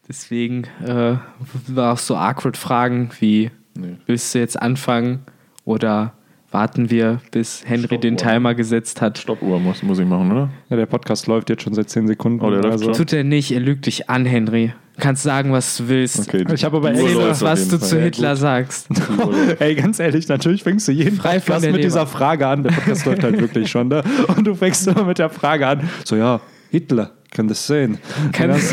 Deswegen war auch so awkward Fragen wie, willst du jetzt anfangen oder warten wir, bis Henry den Timer gesetzt hat? Stoppuhr muss ich machen, oder? Ja, der Podcast läuft jetzt schon seit 10 Sekunden. Oh, der läuft schon. Tut er nicht, er lügt dich an, Henry. Du kannst sagen, was du willst. Okay, Ich habe aber Was du zu Hitler sagst. Ey, ganz ehrlich, natürlich fängst du jeden Frei von Podcast der mit dieser Leber. Frage an. Der Podcast läuft halt wirklich schon, ne? Und du fängst immer mit der Frage an. So, ja, Hitler, kann das sein? Was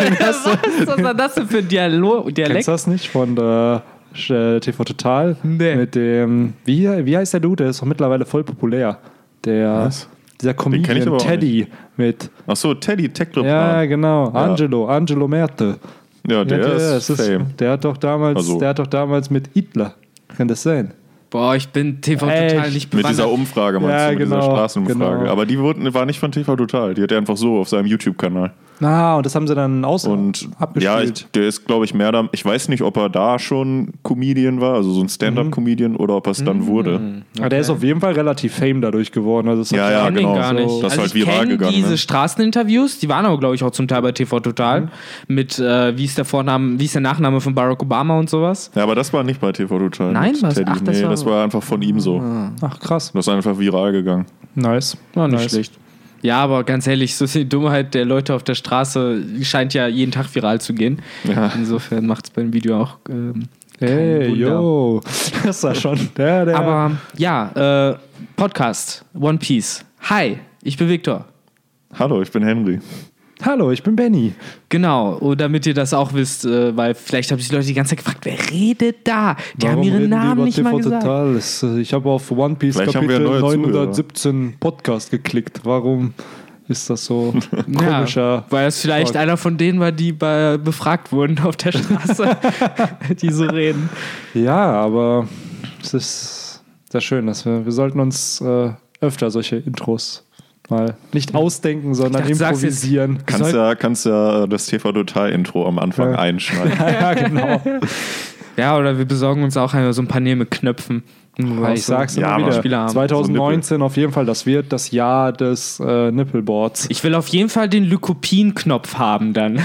war das denn für ein Dialekt? Kennst du das nicht von der TV Total? Nee. Mit dem, wie heißt der Dude? Der ist doch mittlerweile voll populär. Was? Dieser kenn ich Comedian aber auch Teddy mit... Achso, Teddy, Tech-Replan. Ja, genau. Ja. Angelo Merte. Ja, der ist Fame. Der hat doch damals mit Hitler. Kann das sein? Boah, ich bin TV Total nicht Mit bewandert. dieser Umfrage, meinst Ja, du, mit genau, dieser Straßenumfrage. genau. Aber die war nicht von TV Total. Die hat er einfach so auf seinem YouTube-Kanal. Und das haben sie dann Und ja, abgespielt. der ist, glaube ich, mehr da. Ich weiß nicht, ob er da schon Comedian war, also so ein Stand-Up-Comedian, oder ob er es dann wurde. Aber der ist auf jeden Fall relativ fame dadurch geworden. Also das hat Ja, Ich kenn den genau. gar nicht. Das ist halt ich viral kenn gegangen. diese Ne? Straßeninterviews, die waren aber, glaube ich, auch zum Teil bei TV Total. Mit, wie ist der Nachname von Barack Obama und sowas. Ja, aber das war nicht bei TV Total. Nein, mit was? Teddy. Ach, das nee, war- das war einfach von ihm so. Ach, krass. Das ist einfach viral gegangen. Nice. War nicht Nice. schlecht. Ja, aber ganz ehrlich, so die Dummheit der Leute auf der Straße scheint ja jeden Tag viral zu gehen. Ja. Insofern macht es beim Video auch Hey, Wunder. yo. Das war schon der. Aber ja, Podcast, One Piece. Hi, ich bin Victor. Hallo, ich bin Henry. Hallo, ich bin Benny. Genau, und damit ihr das auch wisst, weil vielleicht haben sich die Leute die ganze Zeit gefragt, wer redet da? Die haben ihre reden die Namen über nicht TV mal gesagt. Total? Ich habe auf One Piece Vielleicht haben wir Kapitel neue 917 Podcast geklickt. Warum ist das so komischer? Ja, weil es vielleicht Frage. einer von denen war, die befragt wurden auf der Straße, die so reden. Ja, aber es ist sehr schön, dass wir sollten uns öfter solche Intros mal nicht ausdenken, sondern dachte, sag's jetzt. improvisieren. Kannst ja das TV Total-Intro am Anfang Ja. einschneiden. Ja, genau. Ja, oder wir besorgen uns auch so ein paar mit Knöpfen. Ich sag's immer Ja, wieder. Spieler haben. 2019 auf jeden Fall, das wird das Jahr des Nippelboards. Ich will auf jeden Fall den Lykopin-Knopf haben dann.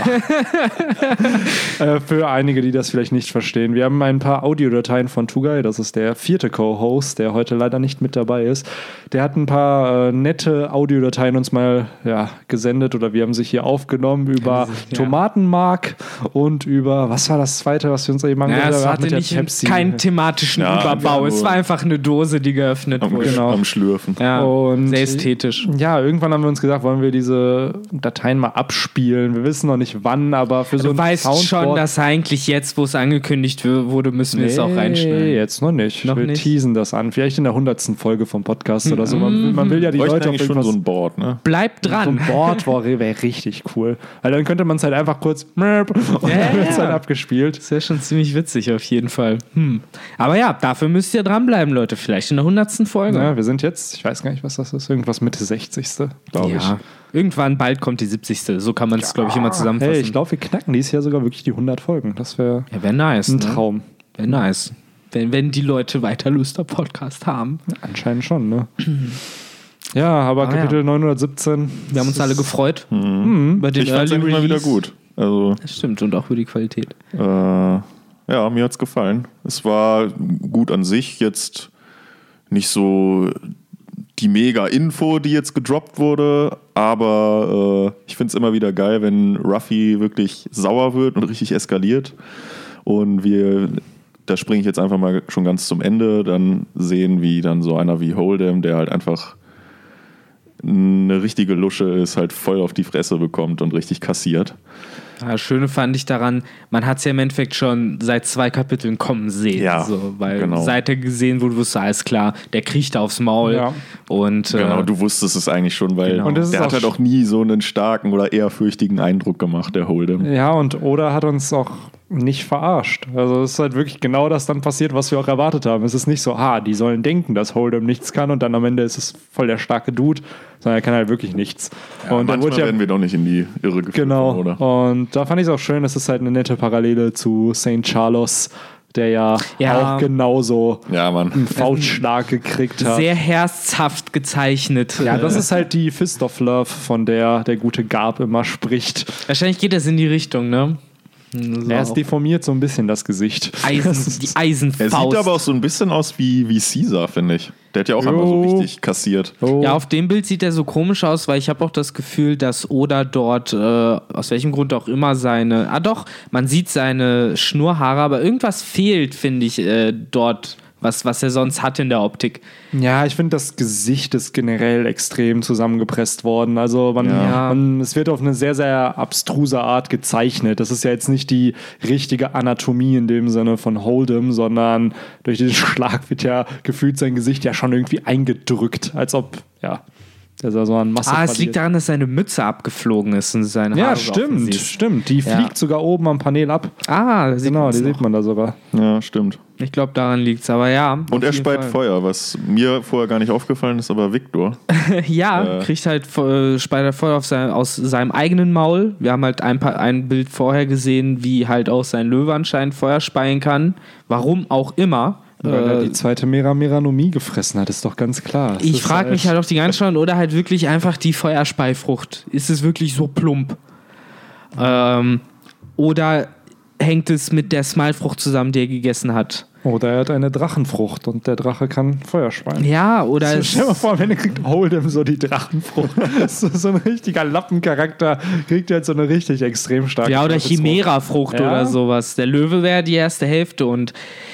Für einige, die das vielleicht nicht verstehen. Wir haben ein paar Audiodateien von Tugay, das ist der 4. Co-Host, der heute leider nicht mit dabei ist. Der hat ein paar nette Audiodateien uns mal gesendet oder wir haben sich hier aufgenommen über Tomatenmark und über, was war das zweite, was wir uns eben angehört Ja, es haben? hatte Mit der nicht Pepsi. keinen thematischen Ja, Überbau. ja, Es nur- war einfach eine Dose, die geöffnet wurde. Genau. Am Schlürfen. Ja, Und- sehr ästhetisch. Ja, irgendwann haben wir uns gesagt, wollen wir diese Dateien mal abspielen. Wir wissen noch nicht wann, aber für so Du ein weißt schon, Soundboard... dass eigentlich jetzt, wo es angekündigt wurde, müssen wir es auch reinschneiden. Jetzt noch nicht. Noch wir nicht? teasen das an. Vielleicht in der 100. Folge vom Podcast oder so. Man will ja die Bräuchten Leute auf eigentlich schon irgendwas... so ein Board, ne? Bleibt so ein dran. Board wäre richtig cool. Weil dann könnte man es halt einfach kurz... Und dann wird es halt abgespielt. Das wäre schon ziemlich witzig auf jeden Fall. Aber ja, dafür müsst ihr dranbleiben, Leute. Vielleicht in der 100. Folge. Ja, wir sind jetzt, ich weiß gar nicht, was das ist, irgendwas Mitte 60. glaube ich. Ja. Irgendwann bald kommt die 70. So kann man es, glaube ich, immer zusammenfassen. Hey, ich glaube, wir knacken dieses Jahr sogar wirklich die 100 Folgen. Das wäre ja, wäre nice. ein Ne? Traum. Wäre nice. Wenn die Leute weiter Lust auf Podcast haben. Anscheinend schon, ne? Ja, aber Kapitel 917. Wir haben uns alle gefreut über den Ich fand's Early eigentlich mal wieder Release. gut. Also, Das stimmt, und auch über die Qualität. ja, mir hat's gefallen. Es war gut an sich, jetzt nicht so die Mega-Info, die jetzt gedroppt wurde, aber ich finde es immer wieder geil, wenn Ruffy wirklich sauer wird und richtig eskaliert. Und da springe ich jetzt einfach mal schon ganz zum Ende, dann sehen, wie dann so einer wie Hold'em, der halt einfach eine richtige Lusche ist, halt voll auf die Fresse bekommt und richtig kassiert. Ja, das Schöne fand ich daran, man hat es ja im Endeffekt schon seit 2 Kapiteln kommen sehen. Ja, so, weil genau. seit er gesehen wurde, wusste alles klar, der kriecht aufs Maul. Ja. Und, Genau, du wusstest es eigentlich schon, weil Genau. Und das ist der hat auch halt auch nie so einen starken oder ehrfürchtigen Eindruck gemacht, der Hold'em. Ja, und Oda hat uns auch nicht verarscht. Also es ist halt wirklich genau das dann passiert, was wir auch erwartet haben. Es ist nicht so, die sollen denken, dass Hold'em nichts kann und dann am Ende ist es voll der starke Dude, sondern er kann halt wirklich nichts. Ja, und manchmal werden wir doch nicht in die Irre geführt, genau. oder? Und da fand ich es auch schön, es ist halt eine nette Parallele zu St. Carlos, der ja Ja. auch genauso Ja, Mann. einen Faustschlag gekriegt hat. sehr herzhaft gezeichnet. Ja, das ist halt die Fist of Love, von der der gute Garb immer spricht. Wahrscheinlich geht das in die Richtung, ne? So Er ist deformiert so ein bisschen, das Gesicht. Die Eisenfaust. Er sieht aber auch so ein bisschen aus wie Caesar, finde ich. Der hat ja auch einmal so richtig kassiert. Oh. Ja, auf dem Bild sieht er so komisch aus, weil ich habe auch das Gefühl, dass Oda dort, aus welchem Grund auch immer man sieht seine Schnurrhaare, aber irgendwas fehlt, finde ich, dort, was er sonst hat in der Optik. Ja, ich finde, das Gesicht ist generell extrem zusammengepresst worden. Also es wird auf eine sehr, sehr abstruse Art gezeichnet. Das ist ja jetzt nicht die richtige Anatomie in dem Sinne von Hold'em, sondern durch den Schlag wird ja gefühlt sein Gesicht ja schon irgendwie eingedrückt, als ob, dass er so an Masse es liegt daran, dass seine Mütze abgeflogen ist und seine Haare stimmt. Die fliegt sogar oben am Panel ab. Die sieht man da sogar. Ja, stimmt. Ich glaube, daran liegt es, aber ja. Und er speit Feuer, was mir vorher gar nicht aufgefallen ist, aber Victor. Kriegt halt speit Feuer aus seinem eigenen Maul. Wir haben halt ein Bild vorher gesehen, wie halt auch sein Löwe anscheinend Feuer speien kann. Warum auch immer. Weil er die zweite Meranomie gefressen hat, ist doch ganz klar. Ich frage mich halt auch die ganze Zeit, oder halt wirklich einfach die Feuerspeifrucht. Ist es wirklich so plump? Oder hängt es mit der Smalfrucht zusammen, die er gegessen hat? Oder er hat eine Drachenfrucht und der Drache kann Feuer speien. Ja, oder... Stell dir mal vor, wenn er kriegt Hold'em so die Drachenfrucht. so ein richtiger Lappencharakter kriegt halt so eine richtig extrem starke... Ja, oder Chimera-Frucht oder sowas. Der Löwe wäre die erste Hälfte und...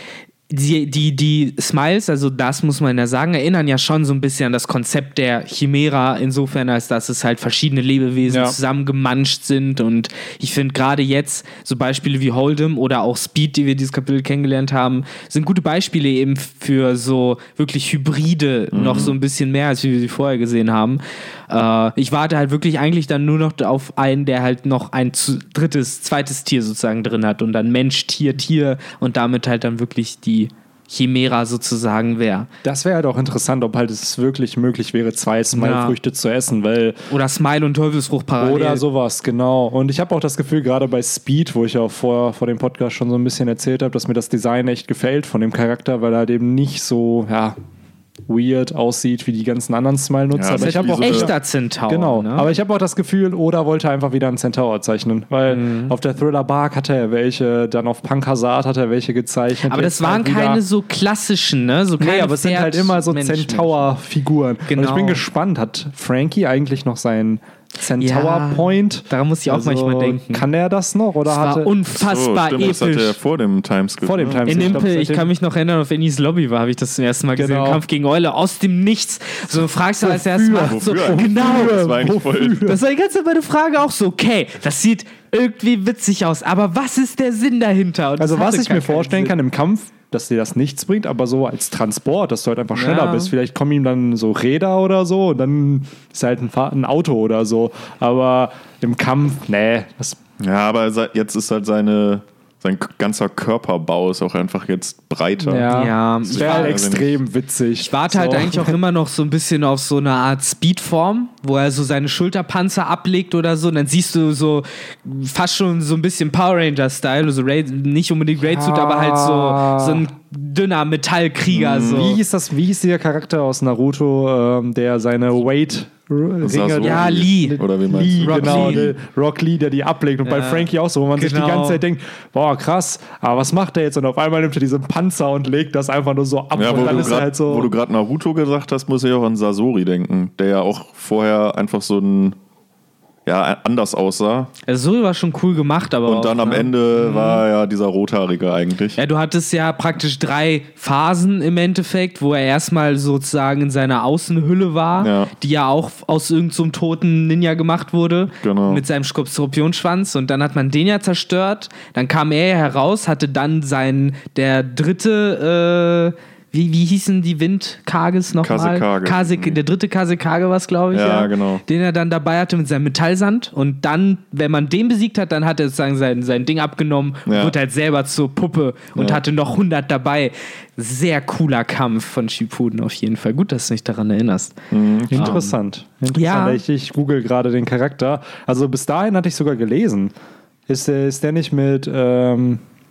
Die Smiles, also das muss man ja sagen, erinnern ja schon so ein bisschen an das Konzept der Chimera, insofern als dass es halt verschiedene Lebewesen zusammengemanscht sind und ich finde gerade jetzt so Beispiele wie Hold'em oder auch Speed, die wir dieses Kapitel kennengelernt haben, sind gute Beispiele eben für so wirklich Hybride noch so ein bisschen mehr, als wir sie vorher gesehen haben. Ich warte halt wirklich eigentlich dann nur noch auf einen, der halt noch ein zweites Tier sozusagen drin hat und dann Mensch, Tier und damit halt dann wirklich die Chimera sozusagen wäre. Das wäre halt auch interessant, ob halt es wirklich möglich wäre, 2 Smile-Früchte zu essen, weil... Oder Smile und Teufelsfrucht parallel. Oder sowas, genau. Und ich habe auch das Gefühl, gerade bei Speed, wo ich auch vor dem Podcast schon so ein bisschen erzählt habe, dass mir das Design echt gefällt von dem Charakter, weil er halt eben nicht so, weird aussieht wie die ganzen anderen Smile-Nutzer. Ja, aber ich habe auch echter Centaur. Genau, ne? Aber ich habe auch das Gefühl, Oda wollte einfach wieder einen Centaur zeichnen, weil auf der Thriller Bark hatte er welche, dann auf Punk Hazard hat er welche gezeichnet. Aber das waren keine so klassischen, ne? So keine aber es sind halt immer so Centaur-Figuren. Genau. Und ich bin gespannt, hat Frankie eigentlich noch seinen Centaur Point? Daran muss ich auch manchmal denken. Kann er das noch? Oder das war unfassbar episch. Das hat er vor dem Timeskip. Vor dem Timeskip. Ich kann mich noch erinnern, auf Ennis Lobby habe ich das zum ersten Mal gesehen. Kampf gegen Eule aus dem Nichts. So fragst du als erstes Mal. Das war eigentlich voll. Das war die ganze Zeit meine Frage auch so, okay, das sieht irgendwie witzig aus, aber was ist der Sinn dahinter? Und also was ich mir vorstellen kann im Kampf, dass dir das nichts bringt, aber so als Transport, dass du halt einfach schneller bist. Vielleicht kommen ihm dann so Räder oder so und dann ist halt ein Auto oder so. Aber im Kampf, aber jetzt ist halt sein ganzer Körperbau ist auch einfach jetzt breiter. Ja, das wäre halt extrem witzig. Ich warte halt eigentlich auch immer noch so ein bisschen auf so eine Art Speedform, wo er so seine Schulterpanzer ablegt oder so. Und dann siehst du so fast schon so ein bisschen Power Ranger-Style, also nicht unbedingt Raid-Suit, aber halt so ein dünner Metallkrieger. So. Wie hieß der Charakter aus Naruto, der seine Weight Lee. Oder wie meinst du? Genau, Rock Lee, der die ablegt. Und bei Frankie auch so, wo man sich die ganze Zeit denkt, boah, krass, aber was macht der jetzt? Und auf einmal nimmt er diesen Panzer und legt das einfach nur so ab. Und dann ist er halt so. Wo du gerade Naruto gesagt hast, muss ich auch an Sasori denken, der ja auch vorher einfach so anders aussah. Sasori war schon cool gemacht, aber und dann am Ende war ja dieser Rothaarige eigentlich. Ja, du hattest ja praktisch 3 Phasen im Endeffekt, wo er erstmal sozusagen in seiner Außenhülle war, die ja auch aus irgendeinem toten Ninja gemacht wurde, mit seinem Skorpionschwanz, und dann hat man den ja zerstört, dann kam er ja heraus, hatte dann der dritte wie hießen die Windkages nochmal? Der dritte Kasekage war es, glaube ich. Ja, genau. Den er dann dabei hatte mit seinem Metallsand. Und dann, wenn man den besiegt hat, dann hat er sozusagen sein Ding abgenommen und wurde halt selber zur Puppe und hatte noch 100 dabei. Sehr cooler Kampf von Shippuden auf jeden Fall. Gut, dass du dich daran erinnerst. Interessant. Ich google gerade den Charakter. Also bis dahin hatte ich sogar gelesen. Ist der nicht mit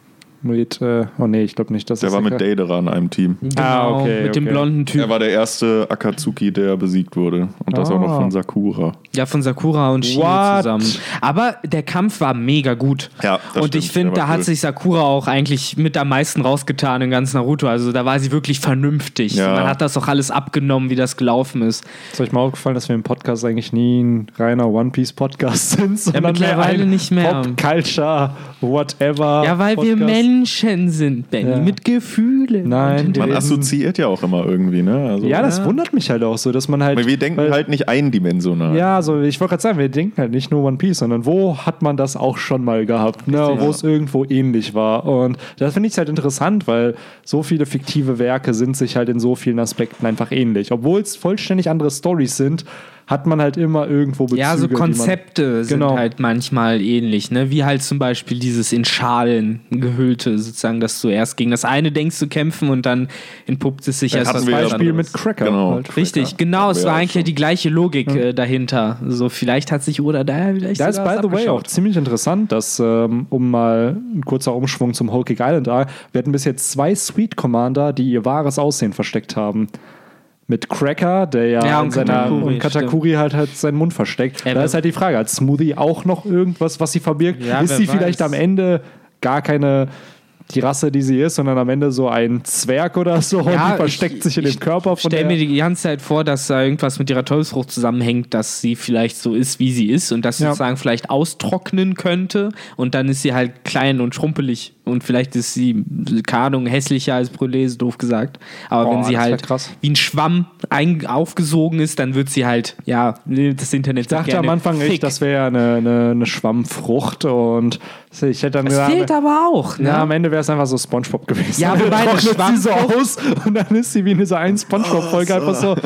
ich glaube nicht. Der war mit Deidara in einem Team. Genau, mit dem blonden Typ. Er war der erste Akatsuki, der besiegt wurde. Und das auch noch von Sakura. Ja, von Sakura und Shino zusammen. Aber der Kampf war mega gut. Ja, das und ich finde, da hat sich Sakura auch eigentlich mit am meisten rausgetan in ganz Naruto. Also da war sie wirklich vernünftig. Ja. Man hat das auch alles abgenommen, wie das gelaufen ist. Ist euch mal aufgefallen, dass wir im Podcast eigentlich nie ein reiner One-Piece-Podcast sind, sondern mittlerweile nicht mehr. Pop-Culture, whatever. Ja, weil wir Menschen sind, Benny, mit Gefühlen. Nein, man assoziiert ja auch immer irgendwie, ne? Also, ja, das wundert mich halt auch so, dass man halt... Weil wir denken halt nicht eindimensional. Ja, also ich wollte gerade sagen, wir denken halt nicht nur One Piece, sondern wo hat man das auch schon mal gehabt, ne? Wo es irgendwo ähnlich war. Und das finde ich halt interessant, weil so viele fiktive Werke sind sich halt in so vielen Aspekten einfach ähnlich. Obwohl es vollständig andere Storys sind, hat man halt immer irgendwo Bezüge. Ja, so Konzepte sind halt manchmal ähnlich, ne? Wie halt zum Beispiel dieses in Schalen gehüllte, sozusagen, dass du erst gegen das eine denkst zu kämpfen und dann entpuppt es sich als das Beispiel mit Cracker. Genau. Halt. Richtig, genau, es war eigentlich die gleiche Logik dahinter. So, vielleicht hat sich Oda da vielleicht Da ist, by the way, auch ziemlich interessant, dass, um mal ein kurzer Umschwung zum Whole Cake Island, wir hatten bis jetzt 2 Sweet Commander, die ihr wahres Aussehen versteckt haben. Mit Cracker, der ja in seiner Katakuri halt seinen Mund versteckt. Da ist halt die Frage, hat Smoothie auch noch irgendwas, was sie verbirgt? Ja, ist sie vielleicht am Ende gar keine die Rasse, die sie ist, sondern am Ende so ein Zwerg oder so und die versteckt sich in dem Körper von der... Ich stelle mir die ganze Zeit vor, dass da irgendwas mit ihrer Teufelsfrucht zusammenhängt, dass sie vielleicht so ist, wie sie ist und dass sie sozusagen vielleicht austrocknen könnte und dann ist sie halt klein und schrumpelig und vielleicht ist sie, keine Ahnung, hässlicher als Brûlée, doof gesagt. Aber wenn sie halt wie ein Schwamm aufgesogen ist, dann wird sie halt, das Internet ich dachte am Anfang echt, das wäre eine Schwammfrucht und ich hätte dann das fehlt aber auch. Ne? Ja, am Ende wäre es einfach so SpongeBob gewesen. Ja, wobei eine sie so aus und dann ist sie wie in dieser einen SpongeBob-Folge einfach so,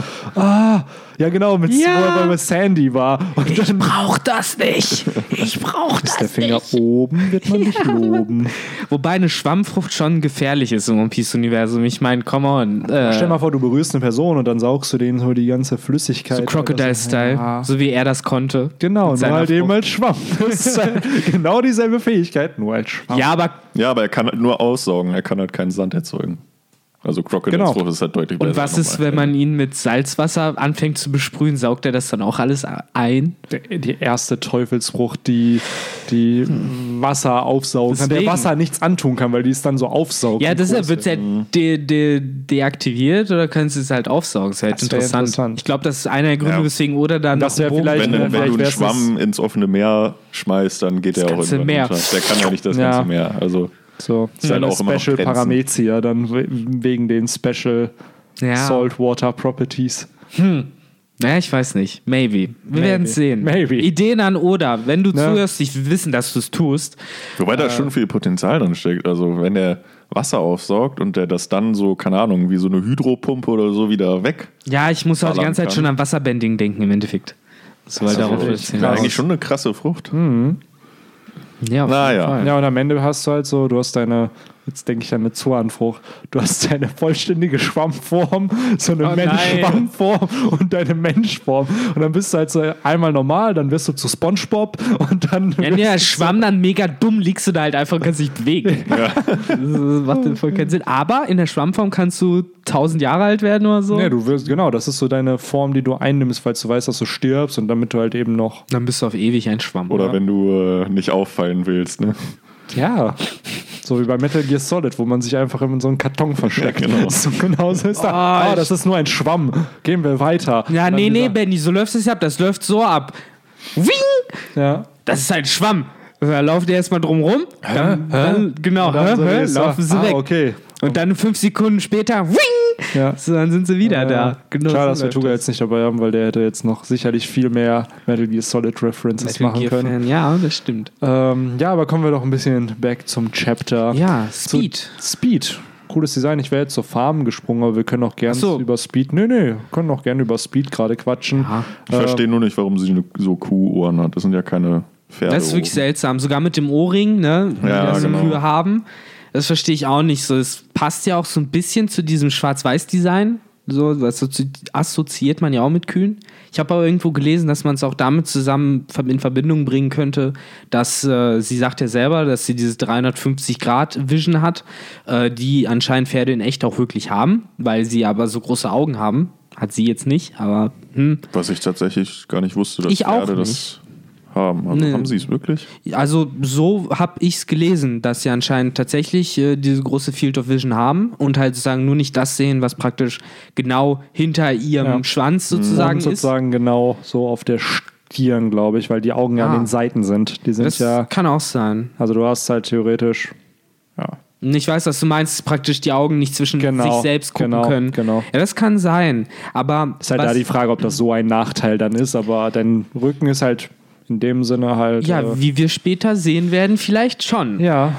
ja genau, wo er bei Sandy war. Und ich brauch das nicht. Ich brauch das nicht. Der Finger oben wird man nicht loben. Wobei eine Schwammfrucht schon gefährlich ist im One Piece-Universum. Ich meine, come on. Stell mal vor, du berührst eine Person und dann saugst du denen so die ganze Flüssigkeit. So Crocodile-Style, so wie er das konnte. Genau, nur halt eben als Schwamm. Das ist halt genau dieselbe Fähigkeit, nur als Schwamm. Ja, aber er kann halt nur aussaugen, er kann halt keinen Sand erzeugen. Also Crocodile-Frucht ist halt deutlich besser. Und was ist, wenn man ihn mit Salzwasser anfängt zu besprühen? Saugt er das dann auch alles ein? Die erste Teufelsfrucht, die Wasser aufsaugen kann, der Wasser nichts antun kann, weil die es dann so aufsaugt. Ja, deshalb wird es ja deaktiviert oder können sie es halt aufsaugen? Das ist halt interessant. Ich glaube, das ist einer der Gründe, weswegen Oda dann noch wenn du einen Schwamm ins offene Meer schmeißt, dann geht der auch irgendwann runter. Der kann ja nicht das ganze Meer. Also so, ist halt auch Special Paramezia, dann wegen den Special Saltwater Properties. Naja, ich weiß nicht. Maybe. Wir werden es sehen. Maybe. Ideen an Oda. Wenn du zuhörst, ich wissen, dass du es tust. Wobei da schon viel Potenzial drin steckt. Also wenn der Wasser aufsaugt und der das dann so, keine Ahnung, wie so eine Hydropumpe oder so wieder weg. Ja, ich muss auch die ganze Zeit schon an Wasserbending denken im Endeffekt. Das ist eigentlich schon eine krasse Frucht. Ja, naja. Ja, und am Ende hast du halt so, du hast deine, jetzt denke ich an eine Zoanfrucht, du hast deine vollständige Schwammform, so eine Mensch-Schwammform und deine Menschform. Und dann bist du halt so einmal normal, dann wirst du zu SpongeBob und dann. Ja, als Schwamm dann mega dumm, liegst du da halt einfach und kannst dich bewegen. Ja. Das macht voll keinen Sinn. Aber in der Schwammform kannst du 1000 Jahre alt werden oder so. Nee, du wirst, genau, das ist so deine Form, die du einnimmst, falls du weißt, dass du stirbst und damit du halt eben noch. Dann bist du auf ewig ein Schwamm. Oder wenn du nicht auffallen willst, ne? Ja. So wie bei Metal Gear Solid, wo man sich einfach in so einen Karton versteckt. Ja, genau. So genau so ist da. Das ist nur ein Schwamm. Gehen wir weiter. Ja, nee, Benny, so läuft es ab. Das läuft so ab. Wing! Ja. Das ist halt Schwamm. Da laufen die erstmal drum rum. Dann laufen sie weg. Okay. Und dann 5 Sekunden später, wing! Ja. So, dann sind sie wieder da. Genau. Schade, dass wir Tuga jetzt nicht dabei haben, weil der hätte jetzt noch sicherlich viel mehr Metal Gear Solid References machen können. Ja, das stimmt. Ja, aber kommen wir doch ein bisschen back zum Chapter. Ja, Speed. Speed. Cooles Design. Ich wäre jetzt zur Farben gesprungen, aber wir können auch gerne über Speed. Nee, können auch gerne über Speed gerade quatschen. Ja. Ich verstehe nur nicht, warum sie so Kuhohren hat. Das sind ja keine Pferde. Das ist wirklich seltsam. Sogar mit dem Ohrring, ne? Die das so Kühe haben. Das verstehe ich auch nicht so. Es passt ja auch so ein bisschen zu diesem Schwarz-Weiß-Design. So, das assoziiert man ja auch mit Kühen. Ich habe aber irgendwo gelesen, dass man es auch damit zusammen in Verbindung bringen könnte, dass sie sagt ja selber, dass sie diese 350-Grad-Vision hat, die anscheinend Pferde in echt auch wirklich haben, weil sie aber so große Augen haben. Hat sie jetzt nicht, aber Was ich tatsächlich gar nicht wusste, dass Ich auch Pferde nicht. das haben. Also Nee. haben sie es wirklich? Also so habe ich es gelesen, dass sie anscheinend tatsächlich diese große Field of Vision haben und halt sozusagen nur nicht das sehen, was praktisch genau hinter ihrem Schwanz sozusagen Und sozusagen genau so auf der Stirn, glaube ich, weil die Augen ja an den Seiten sind. Die sind ist. Das ja, kann auch sein. also du hast halt theoretisch, ja. Ich weiß, was du meinst, praktisch die Augen nicht zwischen sich selbst gucken können. Genau. Ja, das kann sein, aber Ist halt da die Frage, ob das so ein Nachteil dann ist, aber dein Rücken ist halt in dem Sinne halt. ja, wie wir später sehen werden, vielleicht schon. Ja.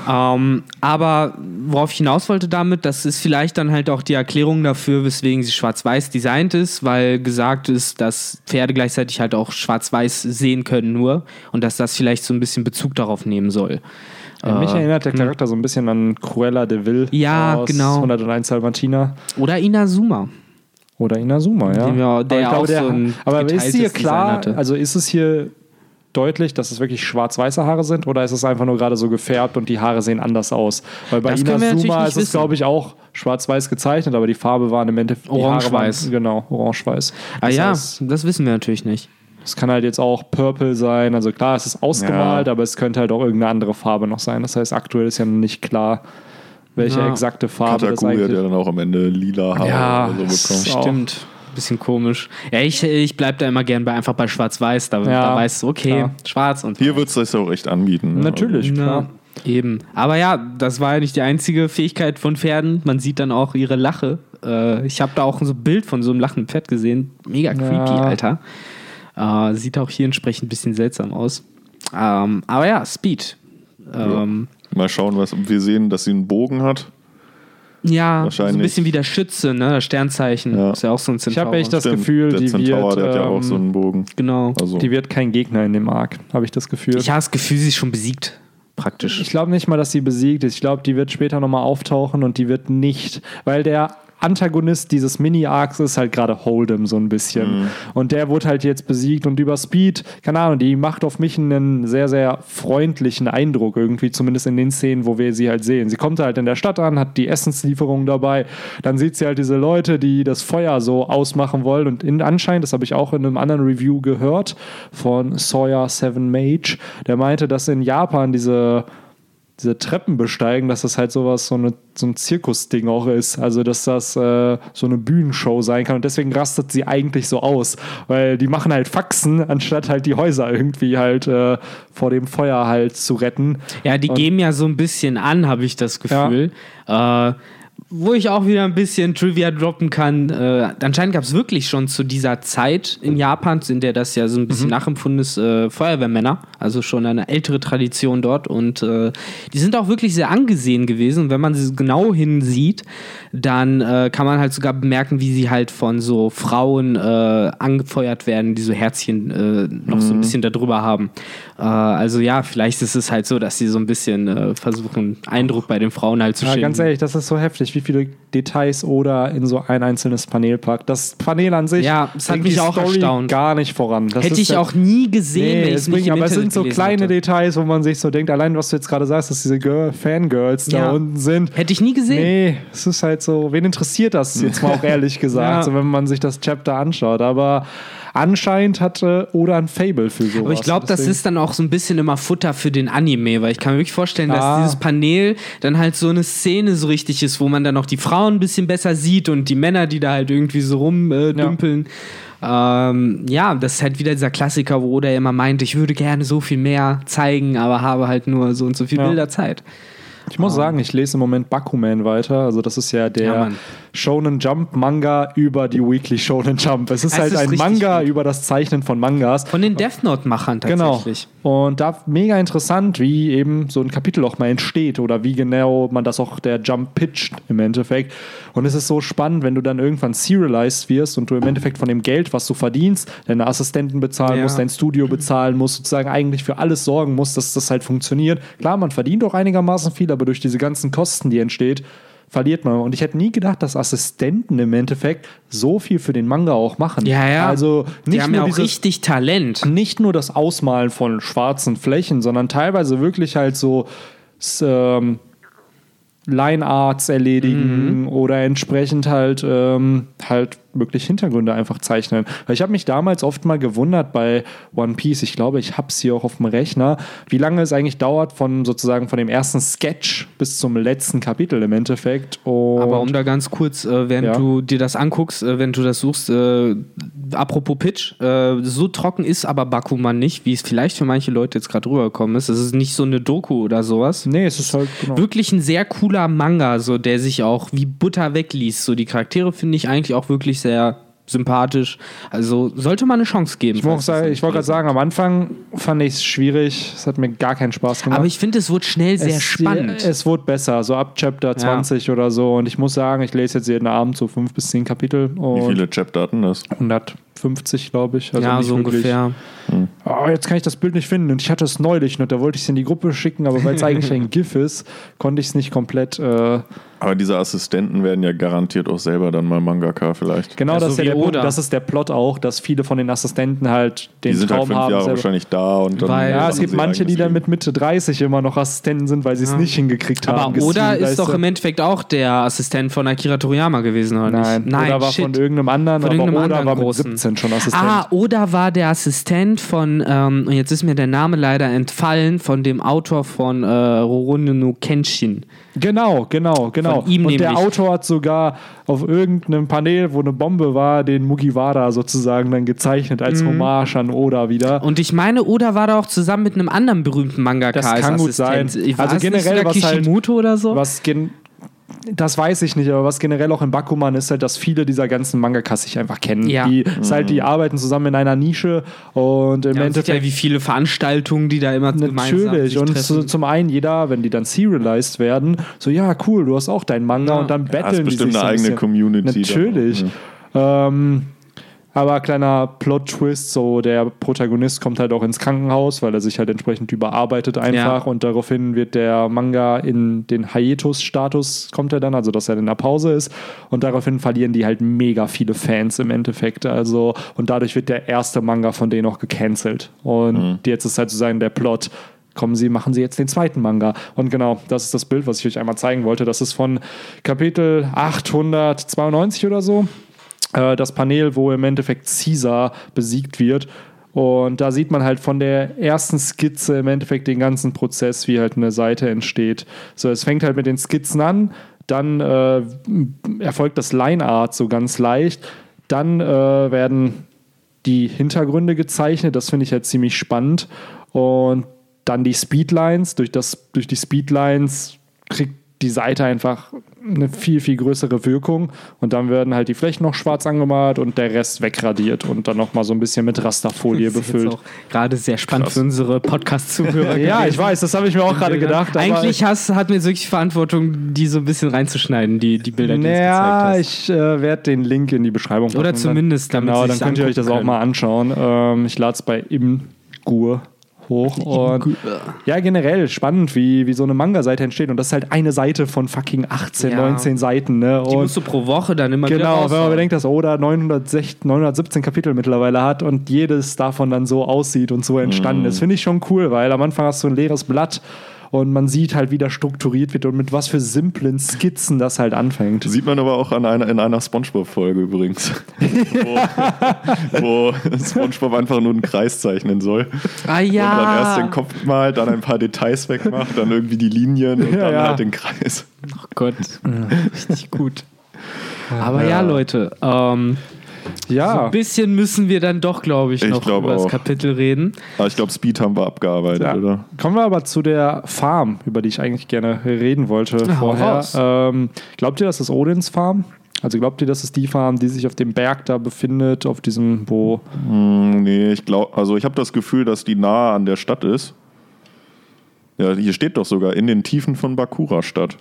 Aber worauf ich hinaus wollte damit, das ist vielleicht dann halt auch die Erklärung dafür, weswegen sie schwarz-weiß designt ist, weil gesagt ist, dass Pferde gleichzeitig halt auch schwarz-weiß sehen können nur und dass das vielleicht so ein bisschen Bezug darauf nehmen soll. Mich erinnert der Charakter so ein bisschen an Cruella de Vil Ja, aus genau. 101 Dalmatiner. Oder Inazuma. Oder Inazuma, ja. Der ja auch so ein aber ist geteiltes hier Design klar, hatte. also ist es hier deutlich, dass es wirklich schwarz-weiße Haare sind oder ist es einfach nur gerade so gefärbt und die Haare sehen anders aus? Weil bei Das können wir natürlich Inazuma nicht ist es, wissen. glaube ich, auch schwarz-weiß gezeichnet, aber die Farbe waren im Endeffekt die Haare Orange-weiß. waren, genau, orange-weiß. Ah ja, heißt, das wissen wir natürlich nicht. es kann halt jetzt auch Purple sein. Also klar, es ist ausgemalt, aber es könnte halt auch irgendeine andere Farbe noch sein. Das heißt, aktuell ist ja noch nicht klar, welche Ja. exakte Farbe das Kataku hat eigentlich ja dann auch am Ende lila Haare Ja, oder so bekommen. auch. Stimmt. Bisschen komisch. Ja, ich bleib da immer gern einfach bei Schwarz-Weiß. Da weißt du, okay, klar. schwarz und Hier wird es das auch echt anbieten. Ne? Natürlich, klar. Eben. Aber ja, das war ja nicht die einzige Fähigkeit von Pferden. Man sieht dann auch ihre Lache. Ich habe da auch so ein Bild von so einem lachenden Pferd gesehen. Mega creepy, Alter. Sieht auch hier entsprechend ein bisschen seltsam aus. Aber ja, Speed. Mal schauen, was wir sehen, dass sie einen Bogen hat. Ja, so ein Wahrscheinlich. bisschen wie der Schütze, ne? Das Sternzeichen. Ja. Ist ja auch so ein Ich Zentaur. habe echt das Stimmt, Gefühl, der die Centaur, wird, der hat ja auch so einen Bogen. Genau. Also, die wird kein Gegner in dem Arc, habe ich das Gefühl. Ich habe das Gefühl, sie ist schon besiegt. Praktisch. Ich glaube nicht mal, dass sie besiegt ist. Ich glaube, die wird später nochmal auftauchen und die wird nicht, weil der Antagonist dieses Mini-Arcs ist halt gerade Hold'em so ein bisschen. Und der wurde halt jetzt besiegt und über Speed, keine Ahnung, die macht auf mich einen sehr, sehr freundlichen Eindruck irgendwie, zumindest in den Szenen, wo wir sie halt sehen. Sie kommt halt in der Stadt an, hat die Essenslieferung dabei, dann sieht sie halt diese Leute, die das Feuer so ausmachen wollen und anscheinend, das habe ich auch in einem anderen Review gehört, von Sawyer Seven Mage, der meinte, dass in Japan diese Treppen besteigen, dass das halt sowas, so ein Zirkusding auch ist. Also, dass das so eine Bühnenshow sein kann. Und deswegen rastet sie eigentlich so aus. Weil die machen halt Faxen, anstatt halt die Häuser irgendwie halt vor dem Feuer halt zu retten. Ja, die geben ja so ein bisschen an, habe ich das Gefühl. Wo ich auch wieder ein bisschen Trivia droppen kann. Anscheinend gab es wirklich schon zu dieser Zeit in Japan, in der das ja so ein bisschen nachempfunden ist, Feuerwehrmänner. Also schon eine ältere Tradition dort. Und die sind auch wirklich sehr angesehen gewesen. Und wenn man sie genau hinsieht, dann kann man halt sogar bemerken, wie sie halt von so Frauen angefeuert werden, die so Herzchen noch so ein bisschen darüber haben. Also ja, vielleicht ist es halt so, dass sie so ein bisschen versuchen, Eindruck bei den Frauen halt zu Ja, schinden. ganz ehrlich, das ist so heftig, wie viele Details Oda in so ein einzelnes Panel packt. Das Panel an sich Ja, das hat bringt mich die auch Story erstaunt. gar nicht voran. Das Hätte ist ich ja- auch nie gesehen, wenn ich es nicht im aber es sind Internet so gelesen kleine hätte. Details, wo man sich so denkt, allein was du jetzt gerade sagst, dass diese Fangirls da Ja. unten sind. Hätte ich nie gesehen. Nee, es ist halt so, wen interessiert das jetzt mal auch ehrlich gesagt, Ja. so, wenn man sich das Chapter anschaut. Aber anscheinend hatte Oda ein Fable für sowas. Aber ich glaube, das Deswegen- ist dann auch so ein bisschen immer Futter für den Anime, weil ich kann mir wirklich vorstellen, Ah. dass dieses Panel dann halt so eine Szene so richtig ist, wo man dann auch die Frauen ein bisschen besser sieht und die Männer, die da halt irgendwie so rumdümpeln. Ja, das ist halt wieder dieser Klassiker, wo der immer meint, ich würde gerne so viel mehr zeigen, aber habe halt nur so und so viel Ja. Bilder Zeit. Ich muss sagen, ich lese im Moment Bakuman weiter. Also das ist ja Ja, der Mann. Shonen Jump Manga über die Weekly Shonen Jump. Es ist Das halt ist ein richtig Manga gut. über das Zeichnen von Mangas. Von den Death Note-Machern Genau. tatsächlich. Und da mega interessant, wie eben so ein Kapitel auch mal entsteht oder wie genau man das auch der Jump pitcht im Endeffekt. Und es ist so spannend, wenn du dann irgendwann serialized wirst und du im Endeffekt von dem Geld, was du verdienst, deine Assistenten bezahlen Ja. musst, dein Studio bezahlen musst, sozusagen eigentlich für alles sorgen musst, dass das halt funktioniert. Klar, man verdient auch einigermaßen viel, aber durch diese ganzen Kosten, die entsteht, verliert man. Und ich hätte nie gedacht, dass Assistenten im Endeffekt so viel für den Manga auch machen. Ja. Also die nicht haben nur ja auch richtig Talent. nicht nur das Ausmalen von schwarzen Flächen, sondern teilweise wirklich halt so Line-Arts erledigen oder entsprechend halt wirklich Hintergründe einfach zeichnen. Weil ich habe mich damals oft mal gewundert bei One Piece, ich glaube, ich habe es hier auch auf dem Rechner, wie lange es eigentlich dauert von dem ersten Sketch bis zum letzten Kapitel im Endeffekt. Und Aber um da ganz kurz, während du dir das anguckst, wenn du das suchst, apropos Pitch, so trocken ist aber Bakuman nicht, wie es vielleicht für manche Leute jetzt gerade rübergekommen ist. Es ist nicht so eine Doku oder sowas. Nee, es ist halt wirklich ein sehr cooler Manga, so, der sich auch wie Butter wegliest. So, die Charaktere finde ich eigentlich auch wirklich sehr sympathisch. Also sollte man eine Chance geben. Ich wollte gerade sagen, am Anfang fand ich es schwierig. Es hat mir gar keinen Spaß gemacht. Aber ich finde, es wurde schnell sehr spannend. Es wurde besser, so ab Chapter 20 oder so. Und ich muss sagen, ich lese jetzt jeden Abend so 5 bis 10 Kapitel. Wie viele Chapter hatten das? 150, glaube ich. Also ja, so ungefähr. Oh, jetzt kann ich das Bild nicht finden. Und ich hatte es neulich und da wollte ich es in die Gruppe schicken, aber weil es eigentlich ein GIF ist, konnte ich es nicht komplett... Aber diese Assistenten werden ja garantiert auch selber dann mal Mangaka vielleicht. Genau, Ja, das so ist ja wie der Punkt. Oda. Das ist der Plot auch, dass viele von den Assistenten halt den Die sind Traum halt 5 haben. Jahre selber- wahrscheinlich da und dann. Weil- Ja, es machen gibt sie manche, die eigenes dann Leben. mit Mitte 30 immer noch Assistenten sind, weil sie es nicht hingekriegt haben. Aber Oda ist doch Weißt du? im Endeffekt auch der Assistent von Akira Toriyama gewesen, oder Nein, nicht? Oda war shit. von irgendeinem anderen, Von aber irgendeinem Oda anderen war mit großen. 17 schon Assistent. Ah, Oda war der Assistent von, und jetzt ist mir der Name leider entfallen, von dem Autor von Rurouni no Kenshin. Genau. Von ihm Und der nämlich. Autor hat sogar auf irgendeinem Panel, wo eine Bombe war, den Mugiwara sozusagen dann gezeichnet als Hommage an Oda wieder. Und ich meine, Oda war da auch zusammen mit einem anderen berühmten Mangaka Das als kann gut Assistent. sein. Ich Also weiß generell, nicht, was sogar halt- Kishimoto oder so? Das weiß ich nicht, aber was generell auch in Bakuman ist halt, dass viele dieser ganzen Mangakas sich einfach kennen. Ja. Die arbeiten zusammen in einer Nische und im Ja, man sieht ja, Endeffekt wie viele Veranstaltungen, die da immer gemeinsam natürlich. sich Und treffen. zum einen jeder, wenn die dann serialized werden, so ja, cool, du hast auch deinen Manga Ja. und dann Ja, battlen ist die bestimmt sich so eine ein eigene bisschen. Community. Natürlich. Dann, Aber kleiner Plot-Twist, so der Protagonist kommt halt auch ins Krankenhaus, weil er sich halt entsprechend überarbeitet einfach und daraufhin wird der Manga in den Hiatus-Status kommt er dann, also dass er in der Pause ist und daraufhin verlieren die halt mega viele Fans im Endeffekt, also und dadurch wird der erste Manga von denen auch gecancelt und jetzt ist halt sozusagen der Plot, machen Sie jetzt den zweiten Manga. Und genau, das ist das Bild, was ich euch einmal zeigen wollte. Das ist von Kapitel 892 oder so. Das Panel, wo im Endeffekt Caesar besiegt wird. Und da sieht man halt von der ersten Skizze im Endeffekt den ganzen Prozess, wie halt eine Seite entsteht. So, es fängt halt mit den Skizzen an, dann erfolgt das Line-Art so ganz leicht, dann werden die Hintergründe gezeichnet, das finde ich halt ziemlich spannend. Und dann die Speedlines, durch die Speedlines kriegt die Seite einfach eine viel, viel größere Wirkung und dann werden halt die Flächen noch schwarz angemalt und der Rest wegradiert und dann nochmal so ein bisschen mit Rasterfolie Das ist jetzt befüllt. auch gerade sehr spannend für unsere Podcast-Zuhörer. Ja, gewesen. ich weiß, das habe ich mir auch gerade gedacht. aber Eigentlich hat mir wirklich Verantwortung, die so ein bisschen reinzuschneiden, die Bilder, die du jetzt naja, gezeigt hast. ich werde den Link in die Beschreibung packen. Oder zumindest, damit Genau, Sie dann sich's könnt ihr euch das auch angucken mal anschauen. Ich lade es bei Imgur hoch. Und ja, generell spannend, wie so eine Manga-Seite entsteht. Und das ist halt eine Seite von fucking 18, Ja. 19 Seiten. Ne? Die Und musst du pro Woche dann immer wieder genau, wenn raushauen. man bedenkt, dass Oda 917 Kapitel mittlerweile hat und jedes davon dann so aussieht und so entstanden ist, finde ich schon cool, weil am Anfang hast du ein leeres Blatt und man sieht halt, wie das strukturiert wird und mit was für simplen Skizzen das halt anfängt. Sieht man aber auch in einer SpongeBob-Folge übrigens. wo SpongeBob einfach nur einen Kreis zeichnen soll. Ah Und dann ja. erst den Kopf malt, dann ein paar Details wegmacht, dann irgendwie die Linien und dann ja. halt den Kreis. Oh Gott. Richtig gut. Aber ja, Leute, so ein bisschen müssen wir dann doch, glaube ich, Ich noch glaube über das auch. Kapitel reden. Aber ich glaube, Speed haben wir abgearbeitet, Ja. oder? Kommen wir aber zu der Farm, über die ich eigentlich gerne reden wollte hau raus. vorher. Glaubt ihr, das ist Odins Farm? Also glaubt ihr, das ist die Farm, die sich auf dem Berg da befindet, auf diesem, wo... Nee, ich habe das Gefühl, dass die nahe an der Stadt ist. Ja, hier steht doch sogar in den Tiefen von Bakura-Stadt.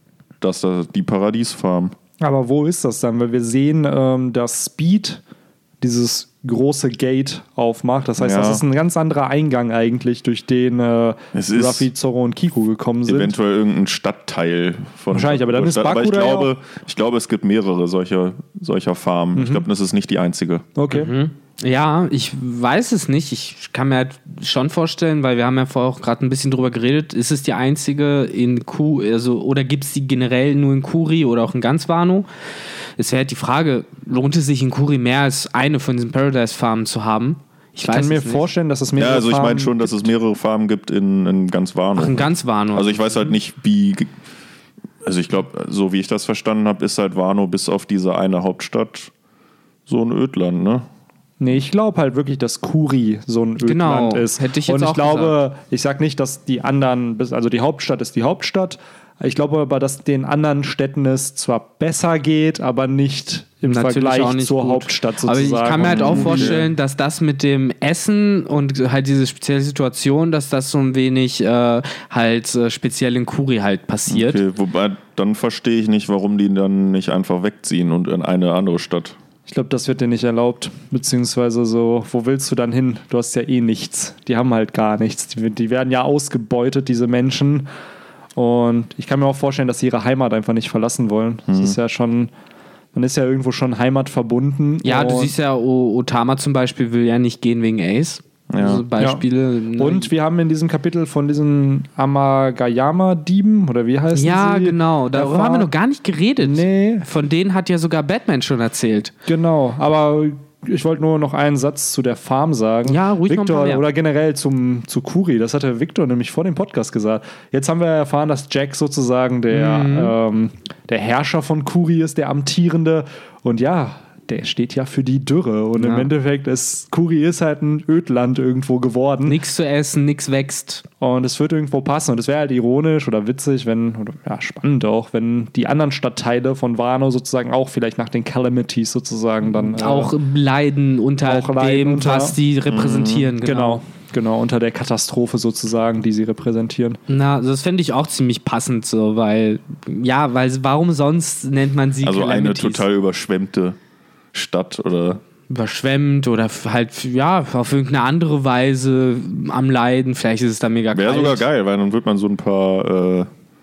Das ist die Paradiesfarm. Aber wo ist das dann? Weil wir sehen, dass Speed dieses große Gate aufmacht. Das heißt, Ja. das ist ein ganz anderer Eingang eigentlich, durch den Ruffy, Zoro und Kiku gekommen sind. Eventuell irgendein Stadtteil von Wahrscheinlich, aber dann ist aber Baku da ja ich glaube, es gibt mehrere solcher Farmen. Ich glaube, das ist nicht die einzige. Okay. Ja, ich weiß es nicht. Ich kann mir halt schon vorstellen, weil wir haben ja vorher auch gerade ein bisschen drüber geredet, ist es die einzige in oder gibt es die generell nur in Kuri oder auch in ganz Wano? Es wäre halt die Frage, lohnt es sich in Kuri mehr als eine von diesen Paradise-Farmen zu haben? Ich kann mir vorstellen, dass es mehrere Farmen... Ja, also ich meine schon, gibt. dass es mehrere Farmen gibt in ganz Wano. Ach, in ganz Wano. Also ich weiß halt nicht, wie... Also ich glaube, so wie ich das verstanden habe, ist halt Wano bis auf diese eine Hauptstadt so ein Ödland, ne? Nee, ich glaube halt wirklich, dass Kuri so ein Ödland ist. Hätte ich jetzt und ich auch glaube, ich sage nicht, dass die anderen, also die Hauptstadt ist die Hauptstadt. Ich glaube aber, dass den anderen Städten es zwar besser geht, aber nicht im Natürlich Vergleich auch nicht zur gut. Hauptstadt sozusagen. Aber ich kann mir halt auch vorstellen, dass das mit dem Essen und halt diese spezielle Situation, dass das so ein wenig speziell in Kuri halt passiert. Okay, wobei, dann verstehe ich nicht, warum die dann nicht einfach wegziehen und in eine andere Stadt. Ich glaube, das wird dir nicht erlaubt. Beziehungsweise so, wo willst du dann hin? Du hast ja eh nichts. Die haben halt gar nichts. Die werden ja ausgebeutet, diese Menschen. Und ich kann mir auch vorstellen, dass sie ihre Heimat einfach nicht verlassen wollen. Das ist ja schon, man ist ja irgendwo schon heimatverbunden. Ja, du siehst ja, Otama zum Beispiel will ja nicht gehen wegen Ace. Ja. Also Beispiele. Ja. Und wir haben in diesem Kapitel von diesen Amagayama-Dieben, oder wie heißen sie? Ja, genau. Darüber haben wir noch gar nicht geredet. Nee. Von denen hat ja sogar Batman schon erzählt. Genau, aber ich wollte nur noch einen Satz zu der Farm sagen. Ja, ruhig noch ein paar Victor, mehr. oder generell zu Kuri, das hatte Victor nämlich vor dem Podcast gesagt. Jetzt haben wir erfahren, dass Jack sozusagen der Herrscher von Kuri ist, der amtierende. Und ja, der steht ja für die Dürre. Und im Endeffekt ist Kuri halt ein Ödland irgendwo geworden. Nichts zu essen, nichts wächst. Und es wird irgendwo passen. Und es wäre halt ironisch oder witzig, spannend auch, wenn die anderen Stadtteile von Wano sozusagen auch vielleicht nach den Calamities sozusagen dann auch leiden unter dem, was die repräsentieren. Genau, unter der Katastrophe sozusagen, die sie repräsentieren. Na, das fände ich auch ziemlich passend so, weil warum sonst nennt man sie Also Calamities? eine total überschwemmte Stadt oder... Überschwemmt oder halt, auf irgendeine andere Weise am Leiden. Vielleicht ist es da mega Wäre kalt. sogar geil, weil dann wird man so ein paar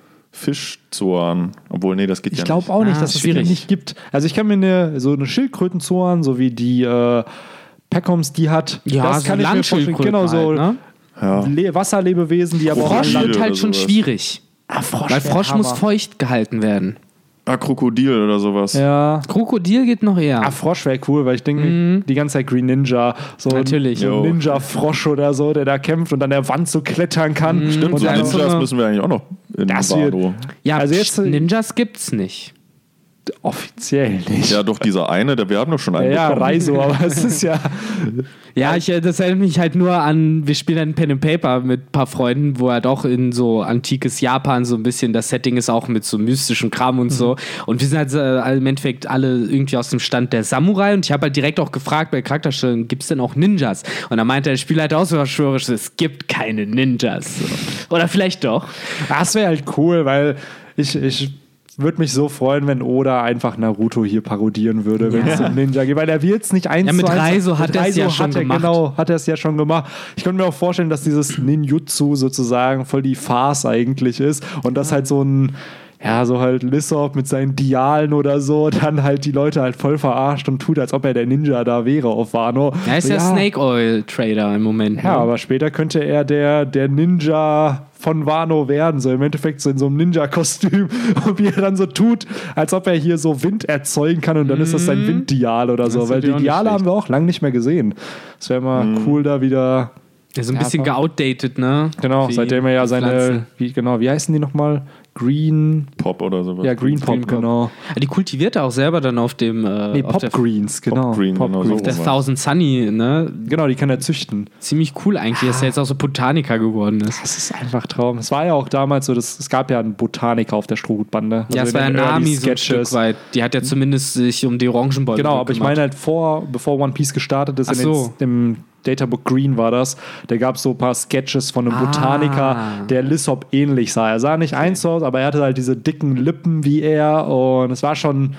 Fischzoan, obwohl, nee, das geht ja Ich nicht. glaube auch nicht, dass es die schwierig. nicht gibt. Also ich kann mir so eine Schildkrötenzoan, so wie die Peckoms die hat, Ja, das so kann ich mir vorstellen. Landschildkröten Genau, so halt, ne? Wasserlebewesen, die aber auch Frosch Krokodile wird oder halt schon sowas. schwierig. Frosch Weil wär Frosch Hammer. muss feucht gehalten werden. Krokodil oder sowas. Ja. Krokodil geht noch eher. Frosch wäre cool, weil ich denke, die ganze Zeit Green Ninja, so Natürlich. so ein Jo. Ninja-Frosch oder so, der da kämpft und an der Wand so klettern kann. Stimmt, und so dann Ninjas müssen wir eigentlich auch noch in Das wird- Wano. Ja, also jetzt- Ninjas gibt's nicht. offiziell nicht. Ja, doch, dieser eine, wir haben doch schon einen Ja, bekommen. Reiso, aber es ist ja. Ja, das erinnert mich halt nur an, wir spielen ein Pen and Paper mit ein paar Freunden, wo halt auch in so antikes Japan so ein bisschen, das Setting ist auch mit so mystischem Kram und so. Und wir sind halt im Endeffekt alle irgendwie aus dem Stand der Samurai und ich habe halt direkt auch gefragt bei Charakterstellungen, gibt es denn auch Ninjas? Und dann meinte der Spieler halt auch so verschwörerisch, es gibt keine Ninjas. So. Oder vielleicht doch. Das wäre halt cool, weil ich würde mich so freuen, wenn Oda einfach Naruto hier parodieren würde, wenn es um Ninja geht, weil er will es nicht eins Ja, mit zu eins. Reiso hat er es ja schon gemacht. Genau, hat er es ja schon gemacht. Ich könnte mir auch vorstellen, dass dieses Ninjutsu sozusagen voll die Farce eigentlich ist und das halt so ein so halt Lissop mit seinen Dialen oder so, dann halt die Leute halt voll verarscht und tut, als ob er der Ninja da wäre auf Wano. Er ist So, ja Snake Oil Trader im Moment. Ja, ne? aber später könnte er der Ninja von Wano werden, so im Endeffekt so in so einem Ninja-Kostüm und wie er dann so tut, als ob er hier so Wind erzeugen kann und dann ist das sein Winddial oder so, Das weil wäre die auch nicht Diale schlecht. haben wir auch lange nicht mehr gesehen. Es wäre mal cool, da wieder, Der ist so ein bisschen geoutdated, ne? genau, Wie seitdem er ja Pflanzen. wie heißen die nochmal? Green oder sowas. Ja, Green Pop, genau. Die kultiviert er auch selber dann auf dem Nee, auf Pop der, Greens, genau. Green, genau so. der Thousand Sunny, ne? Genau, die kann er züchten. Ziemlich cool eigentlich, dass er jetzt auch so Botaniker geworden ist. Das ist einfach Traum. Es war ja auch damals so, es gab ja einen Botaniker auf der Strohhutbande. Ja, es war ja Nami so ein Stück weit. Die hat ja zumindest sich um die Orangenbäume Genau, aber ich gekümmert. meine halt bevor One Piece gestartet ist, Ach so. im Databook Green war das, da gab es so ein paar Sketches von einem Botaniker, der Lissop ähnlich sah. Er sah nicht eins aus, aber er hatte halt diese dicken Lippen wie er und es war schon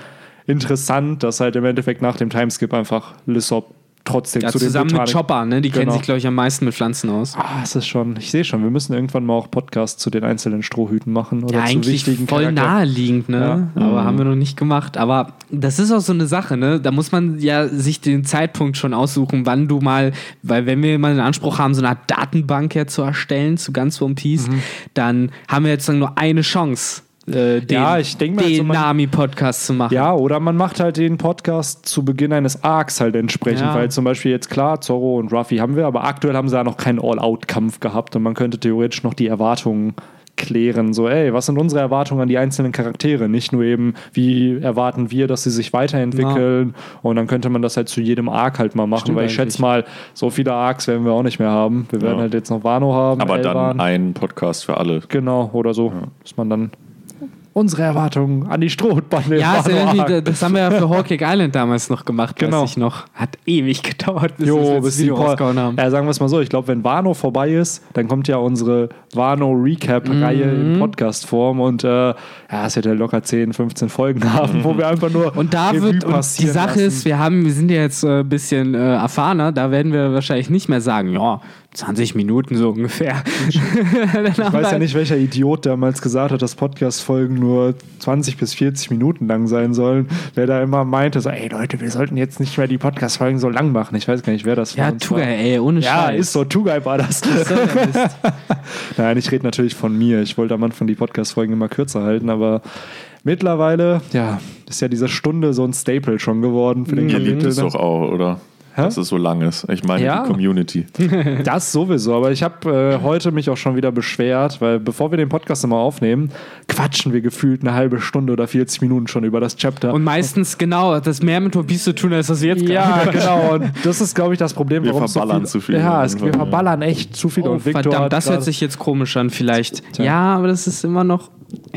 interessant, dass halt im Endeffekt nach dem Timeskip einfach Lysop trotzdem Ja, zu den zusammen mit Botanik- Chopper, ne? Die kennen Genau. sich, glaube ich, am meisten mit Pflanzen aus. Es ist schon, ich sehe schon, wir müssen irgendwann mal auch Podcasts zu den einzelnen Strohhüten machen oder Ja, zu eigentlich wichtigen voll Charakteren. naheliegend, ne? Ja. Aber haben wir noch nicht gemacht. Aber das ist auch so eine Sache, ne? Da muss man ja sich den Zeitpunkt schon aussuchen, wann du mal, weil wenn wir mal den Anspruch haben, so eine Art Datenbank ja zu erstellen zu ganz One Piece, dann haben wir jetzt nur eine Chance, den, ich denk mal, also den Nami-Podcast zu machen. Ja, oder man macht halt den Podcast zu Beginn eines Arcs halt entsprechend, Ja. weil zum Beispiel jetzt klar, Zorro und Ruffy haben wir, aber aktuell haben sie ja noch keinen All-Out-Kampf gehabt und man könnte theoretisch noch die Erwartungen klären. So, was sind unsere Erwartungen an die einzelnen Charaktere? Nicht nur eben, wie erwarten wir, dass sie sich weiterentwickeln und dann könnte man das halt zu jedem Arc halt mal machen, Stimmt weil ich eigentlich. schätze mal, so viele Arcs werden wir auch nicht mehr haben. Wir werden halt jetzt noch Wano haben, Aber Elban. dann ein Podcast für alle. Genau, oder so, dass man dann unsere Erwartungen an die Strohhutbande Ja, im ist Wano irgendwie, Arc. das haben wir ja für Hawkeye Island damals noch gemacht, Genau. weiß ich noch. Hat ewig gedauert, bis Jo, wir bis das die Video rausgehauen haben. Ja, sagen wir es mal so, ich glaube, wenn Wano vorbei ist, dann kommt ja unsere Wano-Recap-Reihe in Podcast-Form und es wird ja locker 10, 15 Folgen haben, wo wir einfach nur Und da Revue wird, und die passieren Sache lassen. ist, wir sind ja jetzt ein bisschen erfahrener, da werden wir wahrscheinlich nicht mehr sagen, ja, 20 Minuten so ungefähr. Ich weiß ja nicht, welcher Idiot damals gesagt hat, dass Podcast-Folgen nur 20 bis 40 Minuten lang sein sollen, wer da immer meinte, so, ey Leute, wir sollten jetzt nicht mehr die Podcast-Folgen so lang machen. Ich weiß gar nicht, wer das Ja, von uns war. Tugai, ey, ohne Ja, Scheiß. ist so, Tugai war das. So, der Mist. Nein, ich rede natürlich von mir. Ich wollte am Anfang die Podcast-Folgen immer kürzer halten, aber mittlerweile, ist ja diese Stunde so ein Staple schon geworden für den Ihr liebt Kapitel. es doch auch, oder? Dass es so lang ist. Ich meine, Ja. die Community. Das sowieso, aber ich habe heute mich auch schon wieder beschwert, weil bevor wir den Podcast immer aufnehmen, quatschen wir gefühlt eine halbe Stunde oder 40 Minuten schon über das Chapter. Und meistens, genau, hat das mehr mit One Piece zu tun, als was wir jetzt ja, gerade genau. Und das ist, glaube ich, das Problem, Wir warum verballern zu viel. Ja, wir Irgendwann, ja. verballern echt zu viel. Oh, und Victor verdammt, hat das hört grad- sich jetzt komisch an, vielleicht. Tja. Ja, aber das ist immer noch.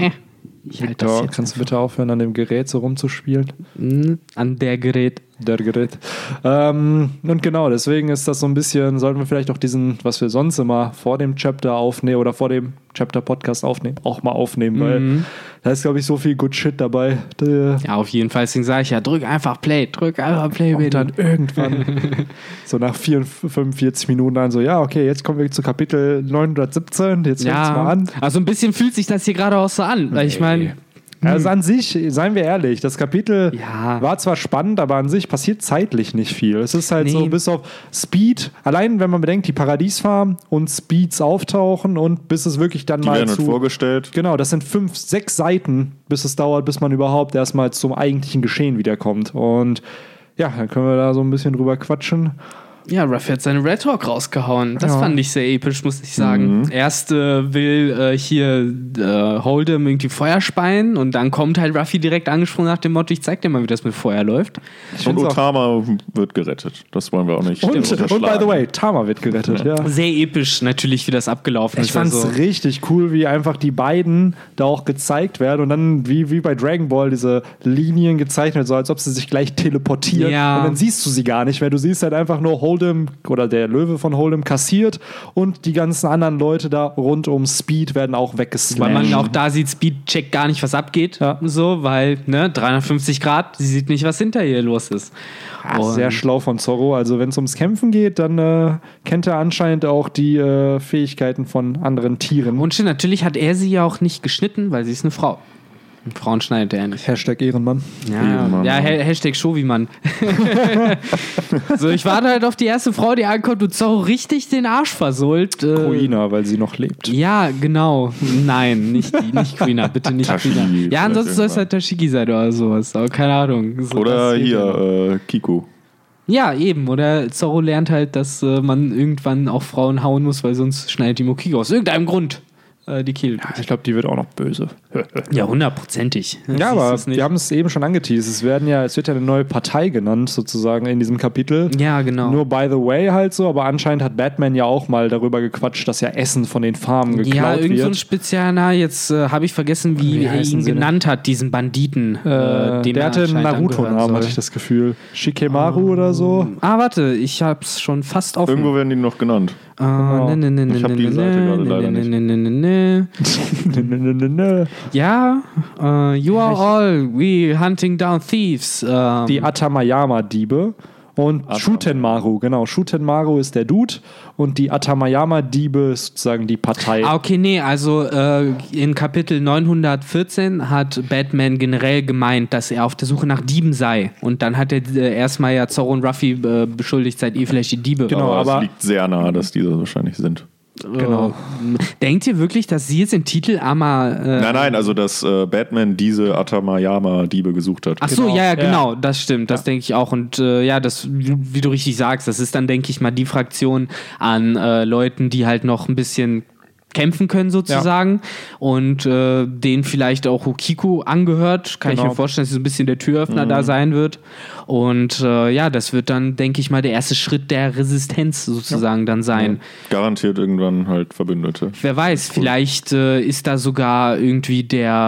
Ich halte das Victor, jetzt kannst du bitte aufhören, an dem Gerät so rumzuspielen? an der Gerät. Der Gerät. Und genau, deswegen ist das so ein bisschen, sollten wir vielleicht auch diesen, was wir sonst immer vor dem Chapter aufnehmen oder vor dem Chapter-Podcast aufnehmen, auch mal aufnehmen, weil da ist, glaube ich, so viel Good Shit dabei. Ja, auf jeden Fall. Deswegen sage ich ja, drück einfach Play, Und bitte. dann irgendwann, so nach 45 Minuten dann so, ja, okay, jetzt kommen wir zu Kapitel 917, jetzt fängt's mal Ja, an. also ein bisschen fühlt sich das hier gerade auch so an, weil ich meine, Also an sich, seien wir ehrlich, das Kapitel Ja. war zwar spannend, aber an sich passiert zeitlich nicht viel. Es ist halt Nee. so, bis auf Speed, allein wenn man bedenkt, die Paradiesfarm und Speeds auftauchen und bis es wirklich dann Die mal werden uns zu... vorgestellt. Genau, das sind 5, 6 Seiten, bis es dauert, bis man überhaupt erstmal zum eigentlichen Geschehen wiederkommt. Und ja, dann können wir da so ein bisschen drüber quatschen. ja, Ruffy hat seine Red Hawk rausgehauen. Das Ja. fand ich sehr episch, muss ich sagen. Erst will hier Hold'em irgendwie Feuer speien und dann kommt halt Ruffy direkt angesprungen nach dem Motto, ich zeig dir mal, wie das mit Feuer läuft. Und find's auch- Otama wird gerettet. Das wollen wir auch nicht Und by unterschlagen. the way, Tama wird gerettet, ja. Sehr episch natürlich, wie das abgelaufen Ich ist. fand's Also, richtig cool, wie einfach die beiden da auch gezeigt werden und dann wie bei Dragon Ball diese Linien gezeichnet, so als ob sie sich gleich teleportieren. Ja. Und dann siehst du sie gar nicht mehr. Du siehst halt einfach nur Hold'em oder der Löwe von Hold'em kassiert und die ganzen anderen Leute da rund um Speed werden auch weil weggeslasht. man auch da sieht, Speed checkt gar nicht, was abgeht. Ja. So, weil, 350 Grad, sie sieht nicht, was hinter ihr los ist. Und- Sehr schlau von Zorro. Also wenn es ums Kämpfen geht, dann kennt er anscheinend auch die Fähigkeiten von anderen Tieren. Und stimmt, natürlich hat er sie ja auch nicht geschnitten, weil sie ist eine Frau. Und Frauen schneidet er nicht. Hashtag Ehrenmann. Ja, Ehrenmann, ja, ja. Hashtag Showimann. So, ich warte halt auf die erste Frau, die ankommt und Zorro richtig den Arsch versohlt. Kuina, weil sie noch lebt. Ja, genau. Nein, nicht Quina, bitte nicht Tashigi Quina. Ja, vielleicht ansonsten soll es irgendwann. halt Tashigi sein oder sowas. Aber keine Ahnung. So Oder passiert ja. hier, Kiku. Ja, eben. Oder Zorro lernt halt, dass man irgendwann auch Frauen hauen muss, weil sonst schneidet die Mokiko aus irgendeinem Grund die Kehle. Ich glaube, die wird auch noch böse. Ja, 100%ig. Ja, aber wir haben es eben schon angeteasert. Es wird ja eine neue Partei genannt, sozusagen, in diesem Kapitel. Ja, genau. Nur by the way halt so, aber anscheinend hat Batman ja auch mal darüber gequatscht, dass ja Essen von den Farmen geklaut Ja, irgend so ein wird. Spezialer, jetzt habe ich vergessen, wie Wie er heißen ihn sie denn? genannt hat, diesen Banditen. Der hatte einen Naruto-Namen, hatte ich das Gefühl. Shikemaru oder so. Warte, ich hab's schon fast auf. Irgendwo werden die noch genannt. Ich habe die Seite gerade leider nicht. Ja, you are all we hunting down thieves. Die Atamayama-Diebe und Shutenmaru, genau. Shutenmaru ist der Dude und die Atamayama-Diebe ist sozusagen die Partei. Okay, nee, also in Kapitel 914 hat Batman generell gemeint, dass er auf der Suche nach Dieben sei. Und dann hat er erstmal ja Zorro und Ruffy beschuldigt, seid ihr vielleicht die Diebe. Genau, aber aber es liegt sehr nahe, dass die das wahrscheinlich sind. Genau. Denkt ihr wirklich, dass sie jetzt den Titel Nein, also dass Batman diese Atamayama-Diebe gesucht hat. Ach so, Genau. ja, genau, das stimmt, das denke ich auch. Und das, wie du richtig sagst, das ist dann, denke ich mal, die Fraktion an Leuten, die halt noch ein bisschen kämpfen können sozusagen und denen vielleicht auch Hukiku angehört. Kann ich mir vorstellen, dass so ein bisschen der Türöffner da sein wird. Und das wird dann, denke ich mal, der erste Schritt der Resistenz sozusagen dann sein. Garantiert irgendwann halt Verbündete. Wer weiß, vielleicht ist da sogar irgendwie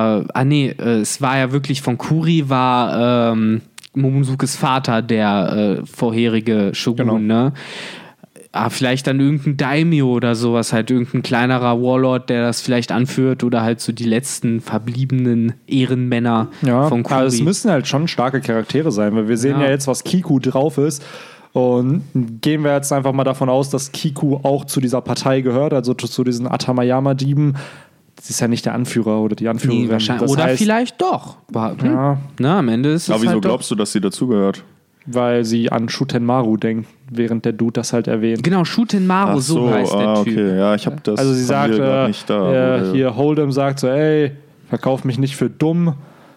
es war ja wirklich von Kuri, war Momosukes Vater der vorherige Shogun, ne? Vielleicht dann irgendein Daimyo oder sowas, halt irgendein kleinerer Warlord, der das vielleicht anführt oder halt so die letzten verbliebenen Ehrenmänner von Kuri. Aber es müssen halt schon starke Charaktere sein, weil wir sehen ja jetzt, was Kiku drauf ist. Und gehen wir jetzt einfach mal davon aus, dass Kiku auch zu dieser Partei gehört, also zu diesen Atamayama-Dieben. Das ist ja nicht der Anführer oder die Anführerin. Nee, wahrscheinlich. Oder vielleicht doch. Ja. Na, am Ende ist es Aber wieso halt glaubst du, dass sie dazugehört? Weil sie an Shutenmaru denkt, während der Dude das halt erwähnt. Genau, Shutenmaru, so heißt der Typ. Okay. Ja, ich habe das. Also sie sagt, nicht da. hier Hold'em sagt so, ey, verkauft mich nicht für dumm,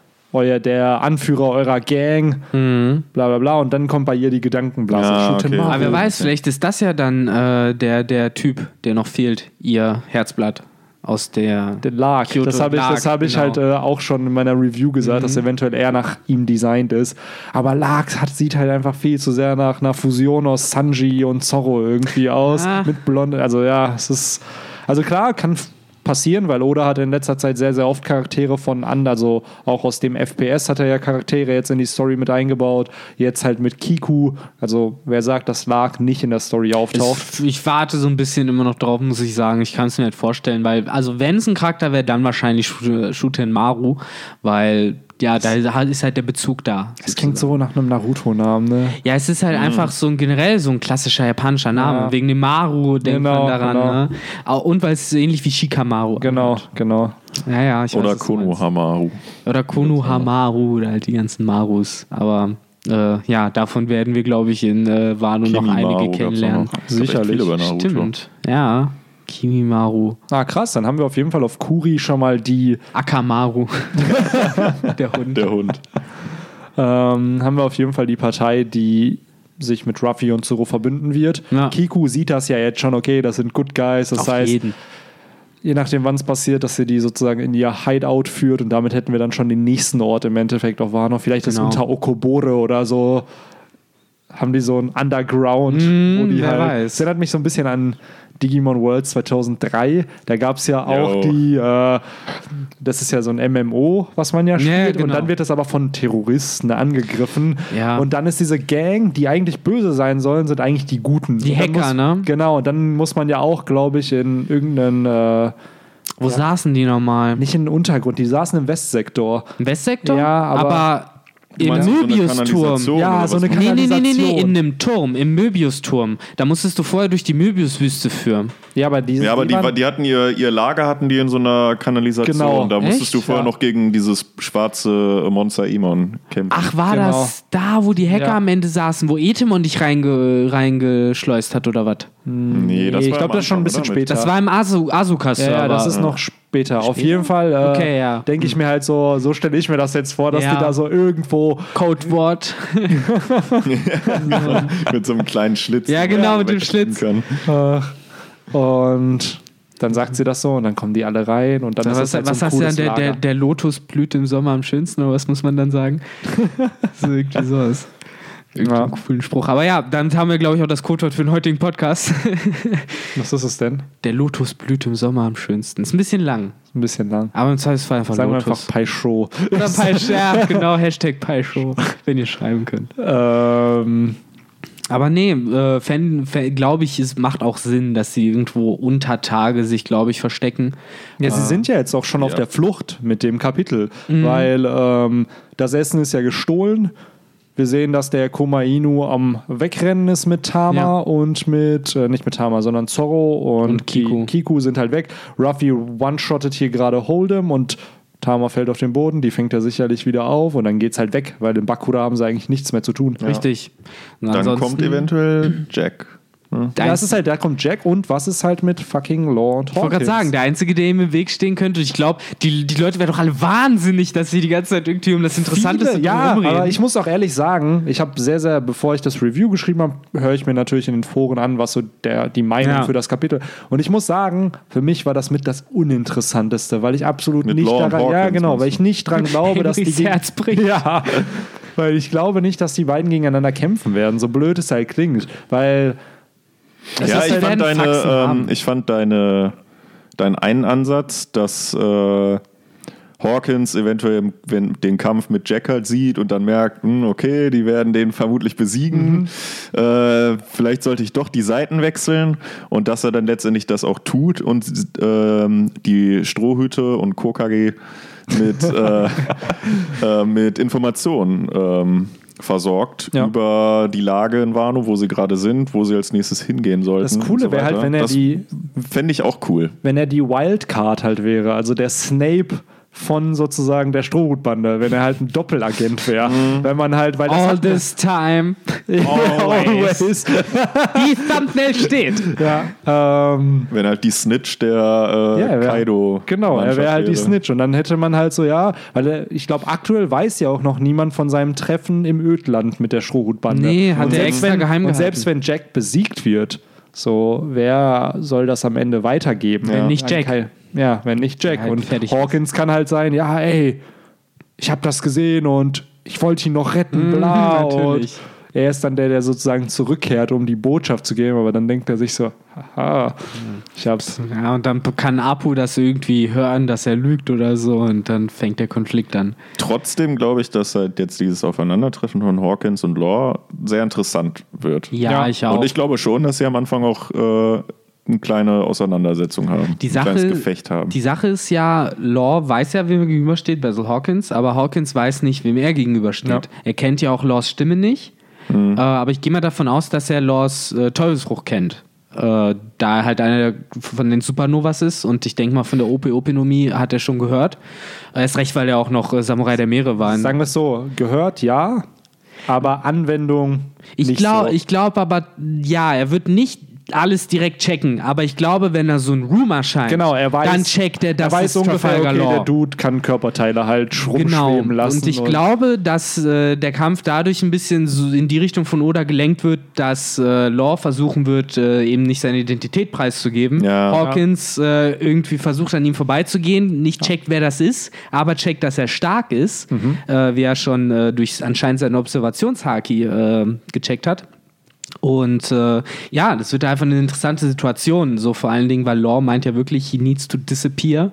der Anführer eurer Gang, bla bla bla. Und dann kommt bei ihr die Gedankenblase. Ja, Shutenmaru. Aber wer weiß, vielleicht ist das ja dann der Typ, der noch fehlt, ihr Herzblatt aus der Lark. Kyoto Das habe ich genau. halt auch schon in meiner Review gesagt, dass eventuell eher nach ihm designt ist. Aber Lark sieht halt einfach viel zu sehr nach einer Fusion aus Sanji und Zorro irgendwie aus. Mit Blonde. Also ja, es ist. Also klar, kann passieren, weil Oda hat in letzter Zeit sehr, sehr oft Charaktere also auch aus dem FPS hat er ja Charaktere jetzt in die Story mit eingebaut, jetzt halt mit Kiku, also wer sagt, dass Lark nicht in der Story auftaucht? Ich warte so ein bisschen immer noch drauf, muss ich sagen, ich kann es mir nicht vorstellen, weil, also wenn es ein Charakter wäre, dann wahrscheinlich Shutenmaru, weil da ist halt der Bezug da. Das klingt so nach einem Naruto-Namen, ne? Ja, es ist halt einfach generell so ein klassischer japanischer Name. Ja. Wegen dem Maru denkt man daran. Genau. Ne? Und weil es so ähnlich wie Shikamaru Genau. Ja, ich weiß, oder Konohamaru. Oder Konohamaru oder halt die ganzen Marus. Aber davon werden wir, glaube ich, in Wano noch einige kennenlernen. Sicherlich. Stimmt. Ja. Kimimaru. Krass, dann haben wir auf jeden Fall auf Kuri schon mal die Akamaru. Der Hund. Haben wir auf jeden Fall die Partei, die sich mit Ruffy und Zoro verbünden wird. Ja. Kiku sieht das ja jetzt schon, okay, das sind Good Guys. Das heißt, je nachdem, wann es passiert, dass sie die sozusagen in ihr Hideout führt und damit hätten wir dann schon den nächsten Ort im Endeffekt auf Wano. Vielleicht ist unter Okobore oder so. Haben die so ein Underground, wo die halt. Weiß. Das erinnert mich so ein bisschen an Digimon World 2003. Da gab es ja auch das ist ja so ein MMO, was man ja spielt. Ja, genau. Und dann wird das aber von Terroristen angegriffen. Ja. Und dann ist diese Gang, die eigentlich böse sein sollen, sind eigentlich die Guten. Die Hacker, ne? Genau, und dann muss man ja auch, glaube ich, in irgendeinen. Wo saßen die nochmal? Nicht in den Untergrund, die saßen im Westsektor. Im Westsektor? Ja, aber im Möbius-Turm. Ja, so eine Kanalisation. Nee, in einem Turm, im Möbius-Turm. Da musstest du vorher durch die Möbius-Wüste führen. Ja, aber die hatten ihr Lager hatten die in so einer Kanalisation. Genau. Da musstest du vorher noch gegen dieses schwarze Monster Emon kämpfen. Ach, war das da, wo die Hacker am Ende saßen, wo Etemon dich reingeschleust hat, oder was? Nee, das war ich glaube, das ist schon ein bisschen später. Das war im Asuka-Server. Ja, das ist noch später. Auf jeden Fall denke ich mir halt so stelle ich mir das jetzt vor, dass die da so irgendwo Codewort mit so einem kleinen Schlitz. Ja, genau, mit dem Schlitz. Und dann sagt sie das so und dann kommen die alle rein und dann was hast du dann, der Lotus blüht im Sommer am schönsten, oder was muss man dann sagen? So irgendwie sowas. Einen coolen Spruch. Aber ja, dann haben wir, glaube ich, auch das Codewort für den heutigen Podcast. Was ist es denn? Der Lotus blüht im Sommer am schönsten. Ist ein bisschen lang. Aber im Zweifelsfall einfach Sagen Lotus. Wir einfach Paisho. Oder Paisho, ja, genau, Hashtag Paisho, wenn ihr schreiben könnt. Aber nee, glaube ich, es macht auch Sinn, dass sie irgendwo unter Tage sich, glaube ich, verstecken. Ja, sie sind ja jetzt auch schon auf der Flucht mit dem Kapitel, weil das Essen ist ja gestohlen. Wir sehen, dass der Koma-Inu am Wegrennen ist mit Tama und nicht mit Tama, sondern Zorro und Kiku sind halt weg. Ruffy one-shottet hier gerade Hold'em und Tama fällt auf den Boden, die fängt er sicherlich wieder auf und dann geht's halt weg, weil im Bakura haben sie eigentlich nichts mehr zu tun. Richtig. Und dann kommt eventuell Jack. Das ist halt, da kommt Jack und was ist halt mit fucking Lord Hawkins? Ich wollte gerade sagen, der Einzige, der ihm im Weg stehen könnte, ich glaube, die Leute werden doch alle wahnsinnig, dass sie die ganze Zeit irgendwie um das Interessanteste reden. Aber ich muss auch ehrlich sagen, ich habe sehr, bevor ich das Review geschrieben habe, höre ich mir natürlich in den Foren an, was so die Meinung für das Kapitel. Und ich muss sagen, für mich war das mit das Uninteressanteste, weil ich absolut mit nicht Lord daran, Hawkins, weil ich nicht dran glaube, dass die Herz bricht. Ja, weil ich glaube nicht, dass die beiden gegeneinander kämpfen werden, so blöd es halt klingt, weil ich fand deinen einen Ansatz, dass Hawkins eventuell den Kampf mit Jack halt sieht und dann merkt, okay, die werden den vermutlich besiegen. Vielleicht sollte ich doch die Seiten wechseln und dass er dann letztendlich das auch tut und die Strohhüte und Kokage mit Informationen versorgt über die Lage in Wano, wo sie gerade sind, wo sie als nächstes hingehen sollten. Das Coole wäre halt, wenn er fände ich auch cool. Wenn er die Wildcard halt wäre, also der Snape von sozusagen der Strohhutbande, wenn er halt ein Doppelagent wäre. Wenn man halt, weil all this time. Always. Die Thumbnail steht. Ja, wenn halt die Snitch der Kaido. Genau, er wäre halt die Snitch. Und dann hätte man halt so, weil ich glaube, aktuell weiß ja auch noch niemand von seinem Treffen im Ödland mit der Strohhutbande. Nee, hat er extra geheim gehalten. Und selbst wenn Jack besiegt wird, so, wer soll das am Ende weitergeben? Wenn nicht Jack. Wenn nicht Jack. Und Hawkins kann halt sein, ich habe das gesehen und ich wollte ihn noch retten, bla. Natürlich. Und er ist dann der sozusagen zurückkehrt, um die Botschaft zu geben, aber dann denkt er sich so, ich hab's. Ja, und dann kann Apu das irgendwie hören, dass er lügt oder so und dann fängt der Konflikt an. Trotzdem glaube ich, dass halt jetzt dieses Aufeinandertreffen von Hawkins und Law sehr interessant wird. Ja, ich auch. Und ich glaube schon, dass sie am Anfang auch eine kleine Auseinandersetzung haben, ein kleines Gefecht haben. Die Sache ist ja, Law weiß ja, wem er gegenübersteht, Basil Hawkins, aber Hawkins weiß nicht, wem er gegenübersteht. Ja. Er kennt ja auch Laws Stimme nicht, aber ich gehe mal davon aus, dass er Laws Teufelsfrucht kennt. Da er halt einer von den Supernovas ist und ich denke mal von der Opinomie hat er schon gehört. Erst recht, weil er auch noch Samurai der Meere war. Sagen wir es so, gehört ja, aber Anwendung nicht so. Ich glaube aber, er wird nicht alles direkt checken, aber ich glaube, wenn er so ein Room erscheint, dann checkt er, dass es Trafalgar Law. Der Dude kann Körperteile halt rumschweben lassen. Und ich glaube, dass der Kampf dadurch ein bisschen so in die Richtung von Oda gelenkt wird, dass Law versuchen wird, eben nicht seine Identität preiszugeben. Ja. Hawkins irgendwie versucht, an ihm vorbeizugehen, nicht checkt, wer das ist, aber checkt, dass er stark ist, wie er schon durch anscheinend seine Observationshaki gecheckt hat. Und das wird einfach eine interessante Situation, so vor allen Dingen, weil Law meint ja wirklich, he needs to disappear.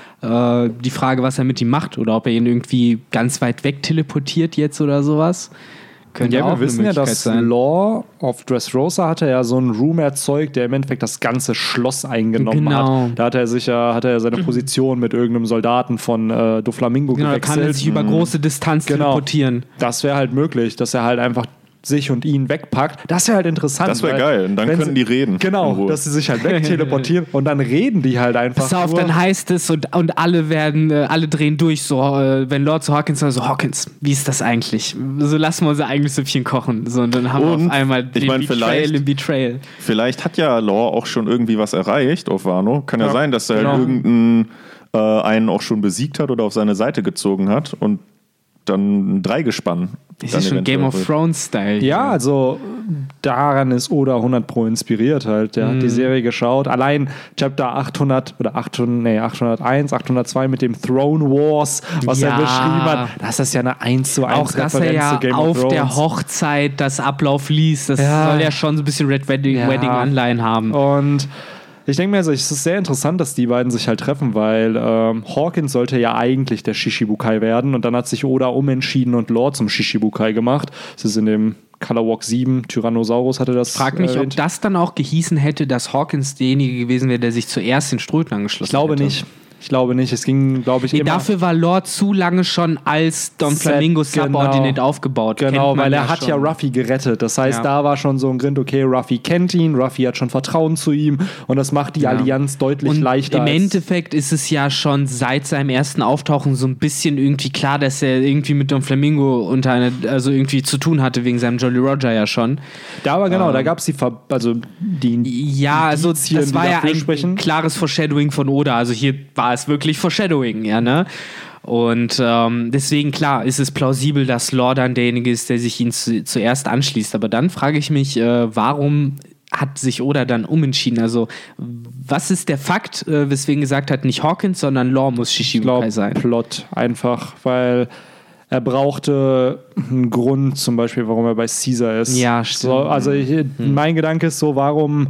Die Frage, was er mit ihm macht oder ob er ihn irgendwie ganz weit weg teleportiert jetzt oder sowas. Könnte auch wir wissen ja, dass Law auf Dressrosa hatte ja so einen Room erzeugt, der im Endeffekt das ganze Schloss eingenommen hat. Da hat er seine Position mit irgendeinem Soldaten von Doflamingo gewechselt. Da kann er sich über große Distanz teleportieren. Das wäre halt möglich, dass er halt einfach sich und ihn wegpackt. Das wäre halt interessant. Das wäre geil. Und dann können die reden. Genau, dass sie sich halt wegteleportieren und dann reden die halt einfach. Pass auf, dann heißt es und alle drehen durch, so wenn Lord zu Hawkins sagt, so Hawkins, wie ist das eigentlich? So lassen wir unser eigenes Süppchen kochen. So, und dann haben wir auf einmal den Betrayal. Vielleicht hat ja Law auch schon irgendwie was erreicht auf Wano. Kann ja sein, dass er halt irgendeinen einen auch schon besiegt hat oder auf seine Seite gezogen hat und dann ein Dreigespann. Das ist schon Game of Thrones-Style. Ja, also daran ist Oda 100% inspiriert halt. Der hat die Serie geschaut. Allein Chapter 801, 802 mit dem Throne Wars, was er beschrieben hat. Das ist ja eine 1:1 auch dass er zu Game of Thrones. Auf der Hochzeit das Ablauf liest. Das soll ja schon so ein bisschen Red Wedding-Anleihen haben. Und ich denke mir, es ist sehr interessant, dass die beiden sich halt treffen, weil Hawkins sollte ja eigentlich der Shishibukai werden und dann hat sich Oda umentschieden und Law zum Shishibukai gemacht. Das ist in dem Color Walk 7, Tyrannosaurus hatte das. Frag mich, ob das dann auch gehießen hätte, dass Hawkins derjenige gewesen wäre, der sich zuerst den Ströten angeschlossen hätte. Ich glaube nicht. Es ging, glaube ich, immer... Dafür war Lore zu lange schon als Don Flamingo Subordinate aufgebaut. Genau, weil er hat ja Ruffy gerettet. Das heißt, da war schon so ein Grind, okay, Ruffy kennt ihn, Ruffy hat schon Vertrauen zu ihm und das macht die Allianz deutlich leichter. Im Endeffekt ist es ja schon seit seinem ersten Auftauchen so ein bisschen irgendwie klar, dass er irgendwie mit Don Flamingo irgendwie zu tun hatte, wegen seinem Jolly Roger ja schon. Da war da gab es die das war ja ein klares Foreshadowing von Oda. Also hier war es wirklich Foreshadowing, ja, ne? Und deswegen, klar, ist es plausibel, dass Lore dann derjenige ist, der sich ihm zuerst anschließt. Aber dann frage ich mich, warum hat sich Oda dann umentschieden? Also, was ist der Fakt, weswegen gesagt hat, nicht Hawkins, sondern Lore muss Shishibukai sein? Plot einfach, weil er brauchte einen Grund, zum Beispiel, warum er bei Caesar ist. Ja, stimmt. So, also mein Gedanke ist so, warum...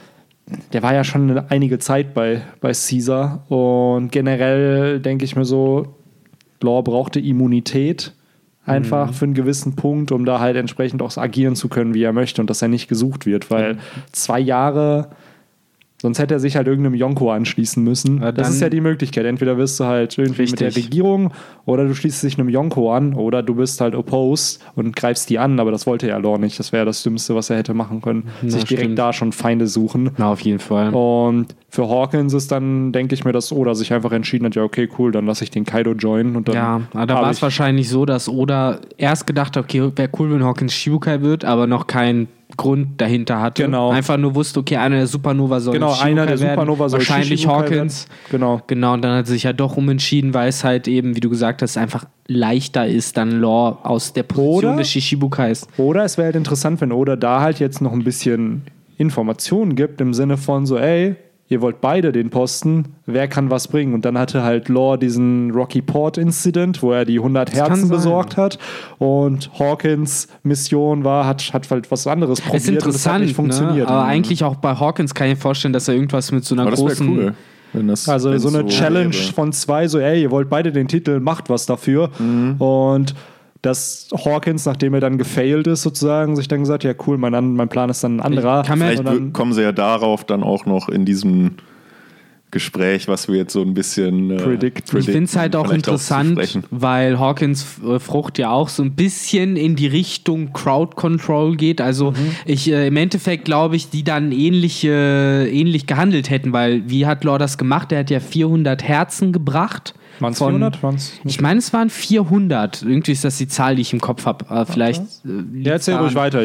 Der war ja schon einige Zeit bei Caesar und generell denke ich mir so, Lore brauchte Immunität einfach für einen gewissen Punkt, um da halt entsprechend auch agieren zu können, wie er möchte und dass er nicht gesucht wird, weil 2 Jahre, sonst hätte er sich halt irgendeinem Yonko anschließen müssen. Das ist ja die Möglichkeit. Entweder wirst du halt irgendwie mit der Regierung oder du schließt dich einem Yonko an oder du bist halt opposed und greifst die an, aber das wollte ja Lore nicht. Das wäre das Dümmste, was er hätte machen können. Sich direkt da schon Feinde suchen. Na, auf jeden Fall. Und für Hawkins ist dann, denke ich mir, dass Oda sich einfach entschieden hat, ja okay, cool, dann lasse ich den Kaido joinen. Und dann aber da war es wahrscheinlich so, dass Oda erst gedacht hat, okay, wäre cool, wenn Hawkins Shibukai wird, aber noch kein Grund dahinter hatte. Genau. Einfach nur wusste, okay, einer der Supernova soll einer der Supernova soll wahrscheinlich Hawkins. Werden. Genau. Und dann hat sich ja doch umentschieden, weil es halt eben, wie du gesagt hast, einfach leichter ist, dann Lore aus der Position des Shishibukais. Oder es wäre halt interessant, wenn Oda da halt jetzt noch ein bisschen Informationen gibt, im Sinne von so, ey, ihr wollt beide den Posten, wer kann was bringen? Und dann hatte halt Lore diesen Rocky Port Incident, wo er die 100 Herzen besorgt hat und Hawkins Mission war, hat halt was anderes probiert. Ist interessant, und das hat nicht funktioniert. Ne? Aber eigentlich auch bei Hawkins kann ich mir vorstellen, dass er irgendwas mit so einer großen... Cool. Also so eine Challenge von 2, so ey, ihr wollt beide den Titel, macht was dafür. Und dass Hawkins, nachdem er dann gefailt ist sozusagen, sich dann gesagt, ja cool, mein Plan ist dann ein anderer. Vielleicht kommen sie ja darauf dann auch noch in diesem Gespräch, was wir jetzt so ein bisschen Ich finde es halt auch interessant, weil Hawkins Frucht ja auch so ein bisschen in die Richtung Crowd Control geht. Also im Endeffekt glaube ich, die dann ähnlich gehandelt hätten, weil wie hat Lore das gemacht? Er hat ja 400 Herzen gebracht. Waren es 400? Ich meine, es waren 400. Irgendwie ist das die Zahl, die ich im Kopf habe. Vielleicht. Ja, erzähl ruhig weiter.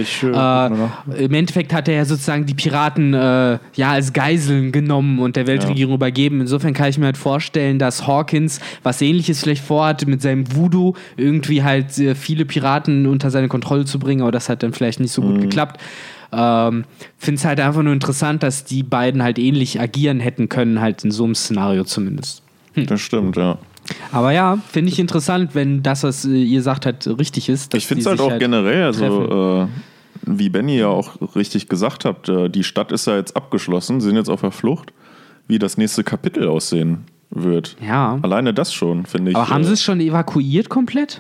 Im Endeffekt hat er ja sozusagen die Piraten als Geiseln genommen und der Weltregierung übergeben. Insofern kann ich mir halt vorstellen, dass Hawkins was Ähnliches vielleicht vorhatte mit seinem Voodoo, irgendwie halt viele Piraten unter seine Kontrolle zu bringen, aber das hat dann vielleicht nicht so gut geklappt. Finde es halt einfach nur interessant, dass die beiden halt ähnlich agieren hätten können, halt in so einem Szenario zumindest. Das stimmt, ja. Aber ja, finde ich interessant, wenn das, was ihr sagt, halt richtig ist. Ich finde es halt auch generell, also wie Benny ja auch richtig gesagt hat, die Stadt ist ja jetzt abgeschlossen, sind jetzt auf der Flucht, wie das nächste Kapitel aussehen wird. Ja. Alleine das schon, finde ich. Aber haben sie es schon evakuiert komplett?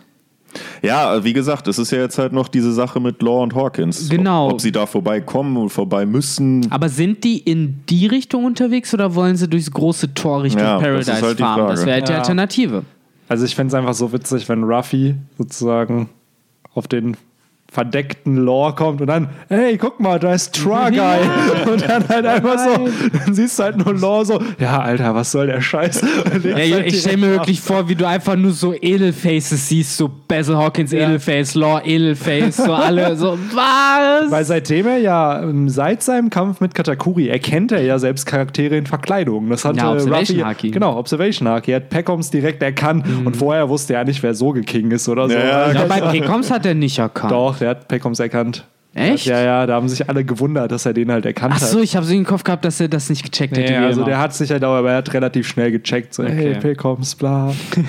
Ja, wie gesagt, es ist ja jetzt halt noch diese Sache mit Lore und Hawkins. Genau. Ob sie da vorbeikommen und vorbei müssen. Aber sind die in die Richtung unterwegs oder wollen sie durchs große Tor Richtung Paradise das ist halt fahren? Das wäre halt die Alternative. Also ich fände es einfach so witzig, wenn Ruffy sozusagen auf den verdeckten Lore kommt und dann, hey, guck mal, da ist Trugai. Ja. Und dann halt einfach so, dann siehst du halt nur Lore so, ja, Alter, was soll der Scheiß? Ich stelle mir wirklich vor, wie du einfach nur so Edelfaces siehst, so Basil Hawkins Edelface, Lore Edelface, so alle so, was? Weil seitdem er ja, seit seinem Kampf mit Katakuri, erkennt er ja selbst Charaktere in Verkleidung. Das hatte Observation Haki. Genau, Observation Haki. Er hat Pecoms direkt erkannt und vorher wusste er nicht, wer Soge King ist oder so. Ja, bei Pecoms hat er nicht erkannt. Doch, der hat Pecoms erkannt. Echt? Ja, da haben sich alle gewundert, dass er den halt erkannt hat. Ach so, ich habe so in den Kopf gehabt, dass er das nicht gecheckt hätte. Ja, also der hat sich halt auch, aber er hat relativ schnell gecheckt. So, hey, Pecoms, bla.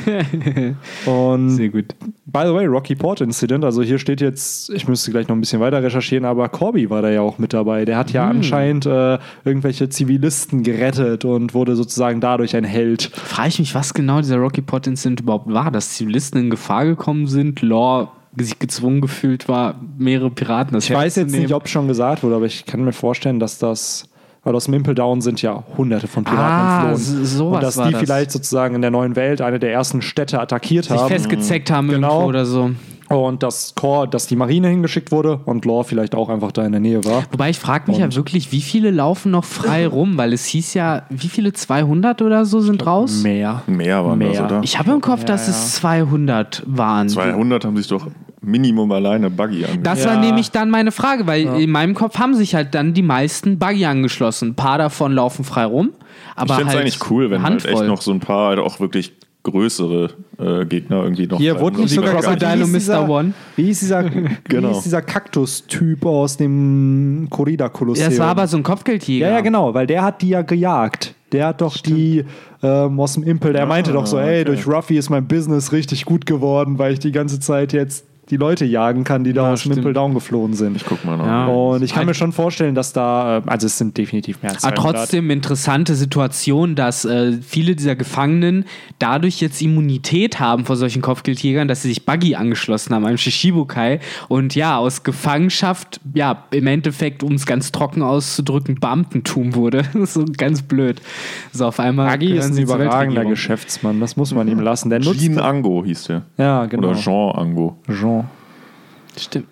Und sehr gut. By the way, Rocky Port Incident, also hier steht jetzt, ich müsste gleich noch ein bisschen weiter recherchieren, aber Corby war da ja auch mit dabei. Der hat ja anscheinend irgendwelche Zivilisten gerettet und wurde sozusagen dadurch ein Held. Frage ich mich, was genau dieser Rocky Port Incident überhaupt war, dass Zivilisten in Gefahr gekommen sind, Lore sich gezwungen gefühlt war, mehrere Piraten das Ich weiß jetzt nicht, ob schon gesagt wurde, aber ich kann mir vorstellen, dass das, weil aus Mimple Down sind ja hunderte von Piraten entflohen. Sowas und dass war die das. vielleicht sozusagen in der neuen Welt eine der ersten Städte attackiert sich haben. festgezeckt haben Genau. irgendwo oder so. Und dass die Marine hingeschickt wurde und Lore vielleicht auch einfach da in der Nähe war. Wobei ich frage mich ja wirklich, wie viele laufen noch frei rum? Weil es hieß ja, wie viele 200 oder so sind raus? Mehr. Mehr waren das, oder? Ich habe im Kopf, dass es 200 waren. 200 haben sich doch Minimum alleine Buggy angeschlossen. Das war nämlich dann meine Frage, weil in meinem Kopf haben sich halt dann die meisten Buggy angeschlossen. Ein paar davon laufen frei rum, aber Ich fände es halt eigentlich cool, wenn halt Handvoll. echt noch so ein paar halt auch wirklich größere Gegner irgendwie noch. Hier wurde nicht Lieber sogar gar gesagt, Crocodile wie und Mr. One. hieß dieser, Genau. wie hieß dieser Kaktus-Typ aus dem Corrida-Kolosseum? Das war aber so ein Kopfgeldjäger. Ja, genau, weil der hat die ja gejagt. Der hat doch die aus dem Impel, der meinte doch so, hey, okay. durch Ruffy ist mein Business richtig gut geworden, weil ich die ganze Zeit jetzt die Leute jagen kann, die da aus stimmt. Mimple Down geflohen sind. Ich guck mal noch. Ja. Und ich kann mir schon vorstellen, dass da, also es sind definitiv mehr als Aber 200. trotzdem interessante Situation, dass viele dieser Gefangenen dadurch jetzt Immunität haben vor solchen Kopfgeldjägern, dass sie sich Buggy angeschlossen haben, einem Shishibukai. Und ja, aus Gefangenschaft, ja, im Endeffekt, um es ganz trocken auszudrücken, Beamtentum wurde. Das ist so ganz blöd. So auf einmal. Buggy ist gehören ein sie zur überragender Weltregierung. Geschäftsmann, das muss man ihm lassen. Der nutzt Jean Ango hieß der. ja, genau. Oder Jean Ango. Jean. Stimmt.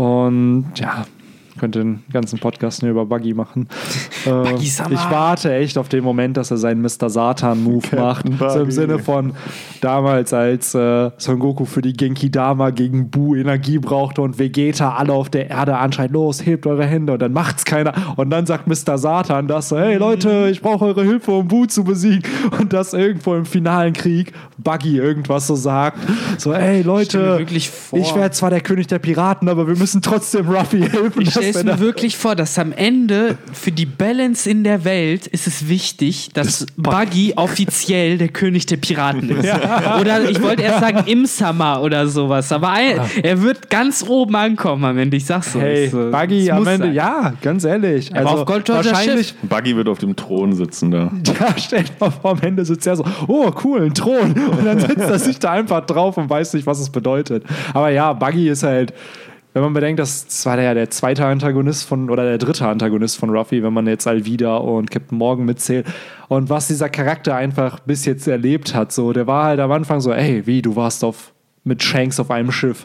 Und ja, könnte den ganzen Podcast nur über Buggy machen. Buggy-sama. Ich warte echt auf den Moment, dass er seinen Mr. Satan-Move macht. So im Buggy. Sinne von damals, als Son Goku für die Genki-Dama gegen Buu Energie brauchte und Vegeta alle auf der Erde anschreit, los, hebt eure Hände, und dann macht's keiner. Und dann sagt Mr. Satan das so, hey Leute, ich brauche eure Hilfe, um Buu zu besiegen. Und das irgendwo im finalen Krieg Buggy irgendwas so sagt. So, hey Stell mir Leute, wirklich vor. ich werde zwar der König der Piraten, aber wir müssen trotzdem Ruffy helfen. Ich dass stelle es wir mir da- wirklich vor, dass am Ende für die Balance in der Welt ist es wichtig, dass Buggy offiziell der König der Piraten ist. Oder ich wollte erst sagen Im-Sama oder sowas, aber er wird ganz oben ankommen am Ende, ich sag's so. Hey, Es, Buggy es am muss Ende, sein. ja, ganz ehrlich. war auf Goldroger wahrscheinlich, Buggy wird auf dem Thron sitzen da. ja, stell dir mal vor, am Ende sitzt er so, oh cool, ein Thron. Und dann setzt er sich da einfach drauf und weiß nicht, was es bedeutet. Aber ja, Buggy ist halt, wenn man bedenkt, das war ja der zweite Antagonist oder der dritte Antagonist von Ruffy, wenn man jetzt Alvida und Captain Morgan mitzählt. Und was dieser Charakter einfach bis jetzt erlebt hat, so, der war halt am Anfang so, ey, wie, du warst mit Shanks auf einem Schiff.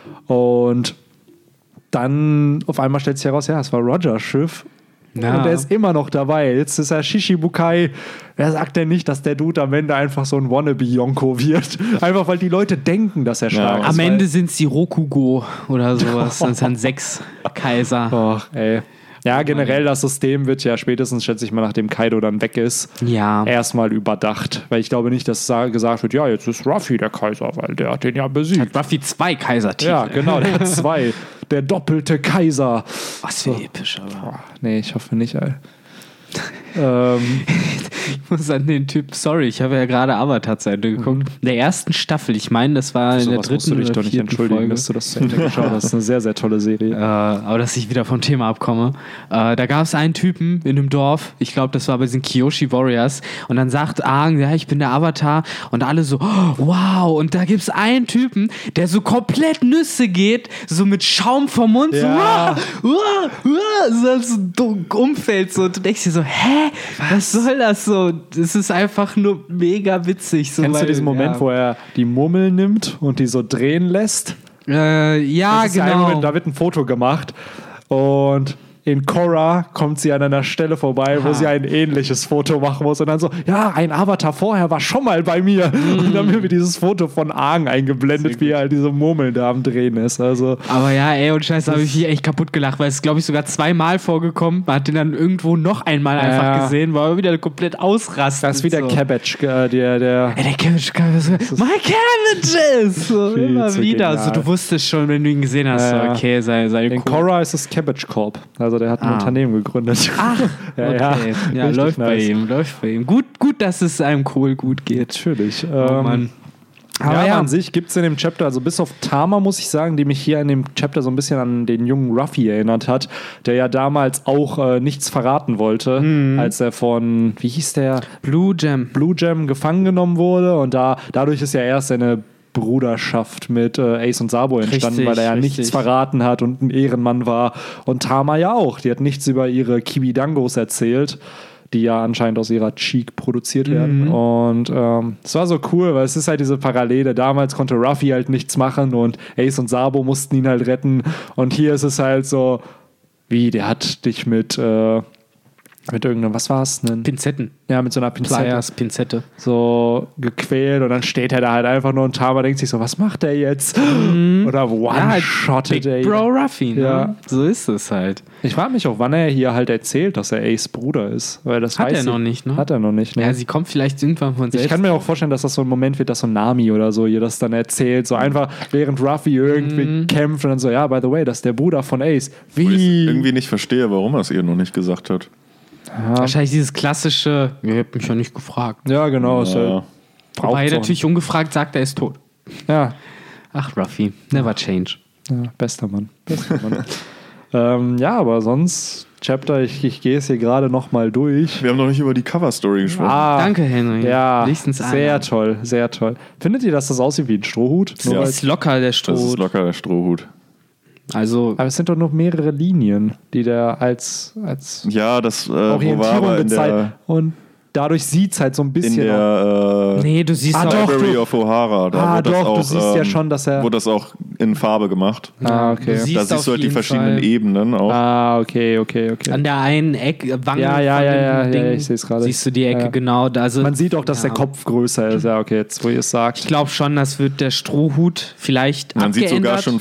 Und dann auf einmal stellt sich heraus, ja, es war Rogers Schiff. Ja. Und er ist immer noch dabei. Jetzt ist er Shishibukai. Wer sagt denn nicht, dass der Dude am Ende einfach so ein Wannabe-Yonko wird? Einfach, weil die Leute denken, dass er stark ist. Am Ende sind es die Rokugo oder sowas. Das sind 6 Kaiser. Ach, ey. Ja, generell das System wird ja spätestens, schätze ich mal, nachdem Kaido dann weg ist, Ja. erstmal überdacht. Weil ich glaube nicht, dass gesagt wird, ja, jetzt ist Ruffy der Kaiser, weil der hat den ja besiegt. Ruffy 2 Kaisertitel. Ja, genau, der hat 2. Der doppelte Kaiser. Was für episch, aber. Boah, nee, ich hoffe nicht, ey. Ich muss an den Typ, sorry, ich habe ja gerade Avatar zu Ende geguckt. In der ersten Staffel, ich meine, das war in der Sowas musst du dritten dich oder doch nicht vierten entschuldigen, Folge. dass du das zu Ende geschaut hast. Das ist eine sehr, sehr tolle Serie. Aber dass ich wieder vom Thema abkomme. Da gab es einen Typen in einem Dorf, ich glaube, das war bei den Kyoshi Warriors, und dann sagt Aang, ja, ich bin der Avatar, und alle so, oh, wow, und da gibt es einen Typen, der so komplett Nüsse geht, so mit Schaum vom Mund, Ja. so umfällt, so, und du denkst dir so, hä, was soll das so? Das ist einfach nur mega witzig. So, Kennst du diesen Moment, wo er die Murmel nimmt und die so drehen lässt? ja, Das ist ja ein genau. Moment, da wird ein Foto gemacht und in Korra kommt sie an einer Stelle vorbei, wo sie ein ähnliches Foto machen muss und dann so, ja, ein Avatar vorher war schon mal bei mir. Und dann wird dieses Foto von Aang eingeblendet, wie er halt diese Murmel da am Drehen ist. Also Aber ja, ey, und scheiße, habe ich hier echt kaputt gelacht, weil es, glaube ich, sogar 2-mal vorgekommen. Man hat den dann irgendwo noch einmal einfach gesehen, weil er wieder komplett ausrastet. das ist wie der so. Cabbage, der Ey, der Cabbage kam so, my cabbages! So, Viel immer zu wieder. genial. Also, du wusstest schon, wenn du ihn gesehen hast, so, Ja. okay, seine in Korra ist es Cabbage Corp. Also der hat ein Unternehmen gegründet. Ach, Ja, okay. Ja, richtig läuft bei nice. ihm, läuft bei ihm. Gut, dass es einem Kohl gut geht. Natürlich. Oh Mann. Aber ja, an sich gibt es in dem Chapter, also bis auf Tama, muss ich sagen, die mich hier in dem Chapter so ein bisschen an den jungen Ruffy erinnert hat, der ja damals auch nichts verraten wollte, als er von, wie hieß der? Blue Jam. Blue Jam gefangen genommen wurde und dadurch ist ja erst seine Bruderschaft mit Ace und Sabo entstanden, Richtig, weil er ja richtig. nichts verraten hat und ein Ehrenmann war. Und Tama ja auch. Die hat nichts über ihre Kibidangos erzählt, die ja anscheinend aus ihrer Cheek produziert werden. Und es war so cool, weil es ist halt diese Parallele. Damals konnte Ruffy halt nichts machen und Ace und Sabo mussten ihn halt retten. Und hier ist es halt so, wie, der hat dich mit irgendeinem, was war es? Pinzetten. Ja, mit so einer Pinzette Pliers, Pinzette. so gequält und dann steht er da halt einfach nur und Tama denkt sich so, was macht der jetzt? Oder one-shottet er Big ihn. Bro Ruffy, ne? Ja. So ist es halt. Ich frage mich auch, wann er hier halt erzählt, dass er Ace Bruder ist. Weil das Hat weiß er ich- noch nicht, ne? Hat er noch nicht, ne? Ja, sie kommt vielleicht irgendwann von selbst. Ich kann mir auch vorstellen, dass das so ein Moment wird, dass so Nami oder so ihr das dann erzählt. So einfach, während Ruffy irgendwie kämpft und dann so, ja, by the way, das ist der Bruder von Ace. Wo ich Wie? irgendwie nicht verstehe, warum er es ihr noch nicht gesagt hat. Wahrscheinlich dieses klassische, ihr habt mich ja nicht gefragt. Ja, genau. Ist Ja. halt, Wobei er so. natürlich ungefragt sagt, er ist tot. Ja, Ach, Ruffy, never change. ja, bester Mann. Bester Mann. Ja, aber sonst, Chapter, ich gehe es hier gerade nochmal durch. Wir haben noch nicht über die Cover-Story gesprochen. Danke, Henry. Ja, Wenigstens sehr einer. toll, sehr toll. Findet ihr, dass das aussieht wie ein Strohhut? Nur Ja. weil- Ist locker der Das ist Stroh. locker der Strohhut. Also, Aber es sind doch noch mehrere Linien, die der als Ja, das Orientierung Rovara bezeichnet. Und dadurch sieht es halt so ein in bisschen. der nee, du siehst Ah, auch. doch. Library of O'Hara. Da wird das doch, auch, du siehst ja schon, dass er. wurde das auch in Farbe gemacht. Okay. Du siehst Da auf siehst du halt die jeden verschiedenen Fall Ebenen auch. Okay. An der einen Ecke, Wange Ja, von dem Ding, ich seh's gerade. siehst du die Ecke, Ja. genau. Also, Man sieht auch, dass ja. der Kopf größer ist. Ja, okay, jetzt wo ihr es Ich sagt. glaube schon, das wird der Strohhut vielleicht Man sieht abgeändert. sogar schon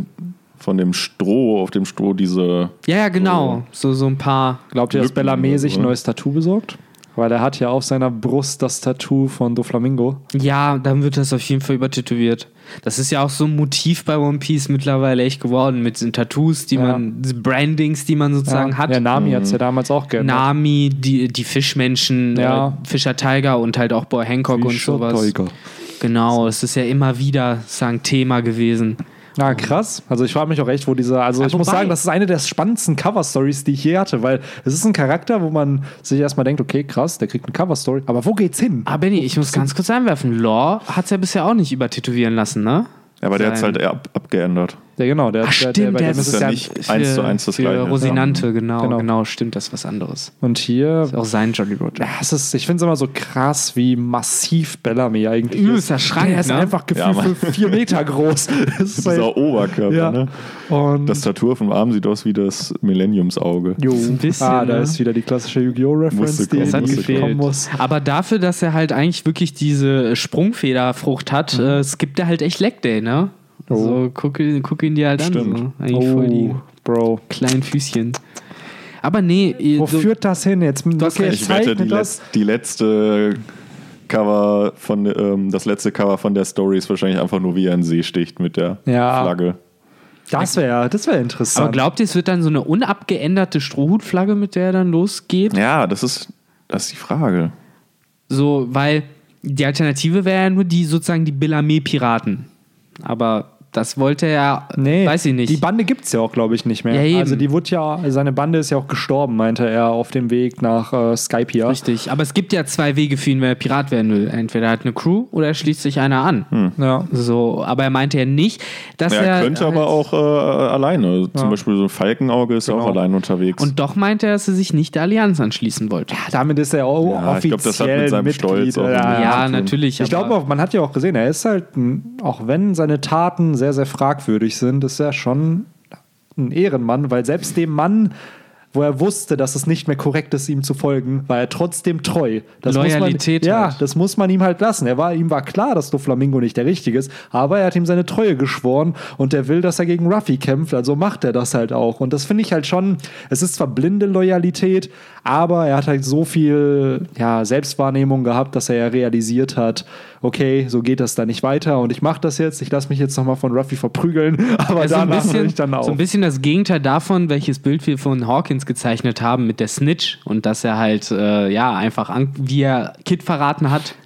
von dem Stroh, auf dem Stroh diese. Ja, genau. So ein paar. Glaubt ihr, dass Lücken Bellarmé oder sich so, ein ne? neues Tattoo besorgt? Weil er hat ja auf seiner Brust das Tattoo von Doflamingo. Ja, dann wird das auf jeden Fall übertätowiert. Das ist ja auch so ein Motiv bei One Piece mittlerweile echt geworden mit den Tattoos, die Ja. man, diese Brandings, die man sozusagen hat. Ja, Nami hat es ja damals auch geändert. Nami, die Fischmenschen, Ja. Fischer Tiger und halt auch Boy Hancock und sowas. Genau, es ist ja immer wieder sagen Thema gewesen. Ja, krass. Also ich frage mich auch echt, wo dieser, also ich muss wobei- sagen, das ist eine der spannendsten Cover-Stories, die ich je hatte, weil es ist ein Charakter, wo man sich erstmal denkt, okay, krass, der kriegt eine Cover-Story, aber wo geht's hin? Ah, Benny, ich muss ganz kurz einwerfen. Law hat es ja bisher auch nicht übertätowieren lassen, ne? Aber der hat es Sein- halt eher abgeändert. Ja, genau, der, Ach, der, stimmt, bei der dem ist ist es ja ja nicht 1:1 das für Gleiche. Rosinante, genau, Genau. genau, stimmt, das ist was anderes. Und hier, Ist auch sein Jolly Roger. ja, ich finde es immer so krass, wie massiv Bellamy eigentlich Übelster ist. Schrank, Der ist ne? einfach gefühlt Ja, Mann. für 4 Meter groß. Das ist Dieser halt, Oberkörper, ja. ne? Und Das Tattoo auf dem Arm sieht aus wie das Millenniumsauge. jo, ein bisschen, da ne? ist wieder die klassische Yu-Gi-Oh!-Reference, Musste kommen, Das hat musste gefehlt. kommen muss. Aber dafür, dass er halt eigentlich wirklich diese Sprungfederfrucht hat, es gibt er halt echt Leg Day, ne? Oh. So, guck ihn dir halt Stimmt. an. So. Eigentlich voll die Bro. kleinen Füßchen. Aber nee, Wo führt das hin jetzt? hast recht. Ich wette, zeichnet die letzte Cover das letzte Cover von der Story ist wahrscheinlich einfach nur, wie er in den See sticht mit der Ja. Flagge. Das wäre interessant. aber glaubt ihr, es wird dann so eine unabgeänderte Strohhutflagge, mit der er dann losgeht? Ja, das ist die Frage. So, weil die Alternative wäre ja nur die sozusagen die Bellarmé-Piraten. Aber das wollte er, Nee, weiß ich nicht. die Bande gibt es ja auch, glaube ich, nicht mehr. Ja, eben. Also die wurde ja, seine Bande ist ja auch gestorben, meinte er, auf dem Weg nach Skypiea. Richtig, aber es gibt ja zwei Wege für ihn, wenn er Pirat werden will. Entweder er hat eine Crew oder er schließt sich einer an. Ja. So, aber er meinte ja nicht, dass Ja, er. er könnte aber auch alleine. Zum Beispiel so ein Falkenauge ist ja auch Genau. allein unterwegs. Und doch meinte er, dass er sich nicht der Allianz anschließen wollte. Damit ist er auch Ja, ich offiziell glaub, das hat mit seinem Mitglied. Stolz auch Ja, tun. natürlich. Ich glaube auch, man hat ja auch gesehen, er ist halt, auch wenn seine Taten sehr, sehr fragwürdig sind, ist er schon ein Ehrenmann, weil selbst dem Mann, wo er wusste, dass es nicht mehr korrekt ist, ihm zu folgen, war er trotzdem treu. Das Loyalität muss man, ja, halt. das muss man ihm halt lassen. Ihm war klar, dass Doflamingo nicht der Richtige ist, aber er hat ihm seine Treue geschworen und er will, dass er gegen Ruffy kämpft, also macht er das halt auch. Und das finde ich halt schon, es ist zwar blinde Loyalität, aber er hat halt so viel Selbstwahrnehmung gehabt, dass er ja realisiert hat, okay, so geht das da nicht weiter und ich mache das jetzt, ich lasse mich jetzt nochmal von Ruffy verprügeln, aber Also danach höre ich dann auf. so ein bisschen das Gegenteil davon, welches Bild wir von Hawkins gezeichnet haben mit der Snitch und dass er halt, einfach, wie er Kid verraten hat,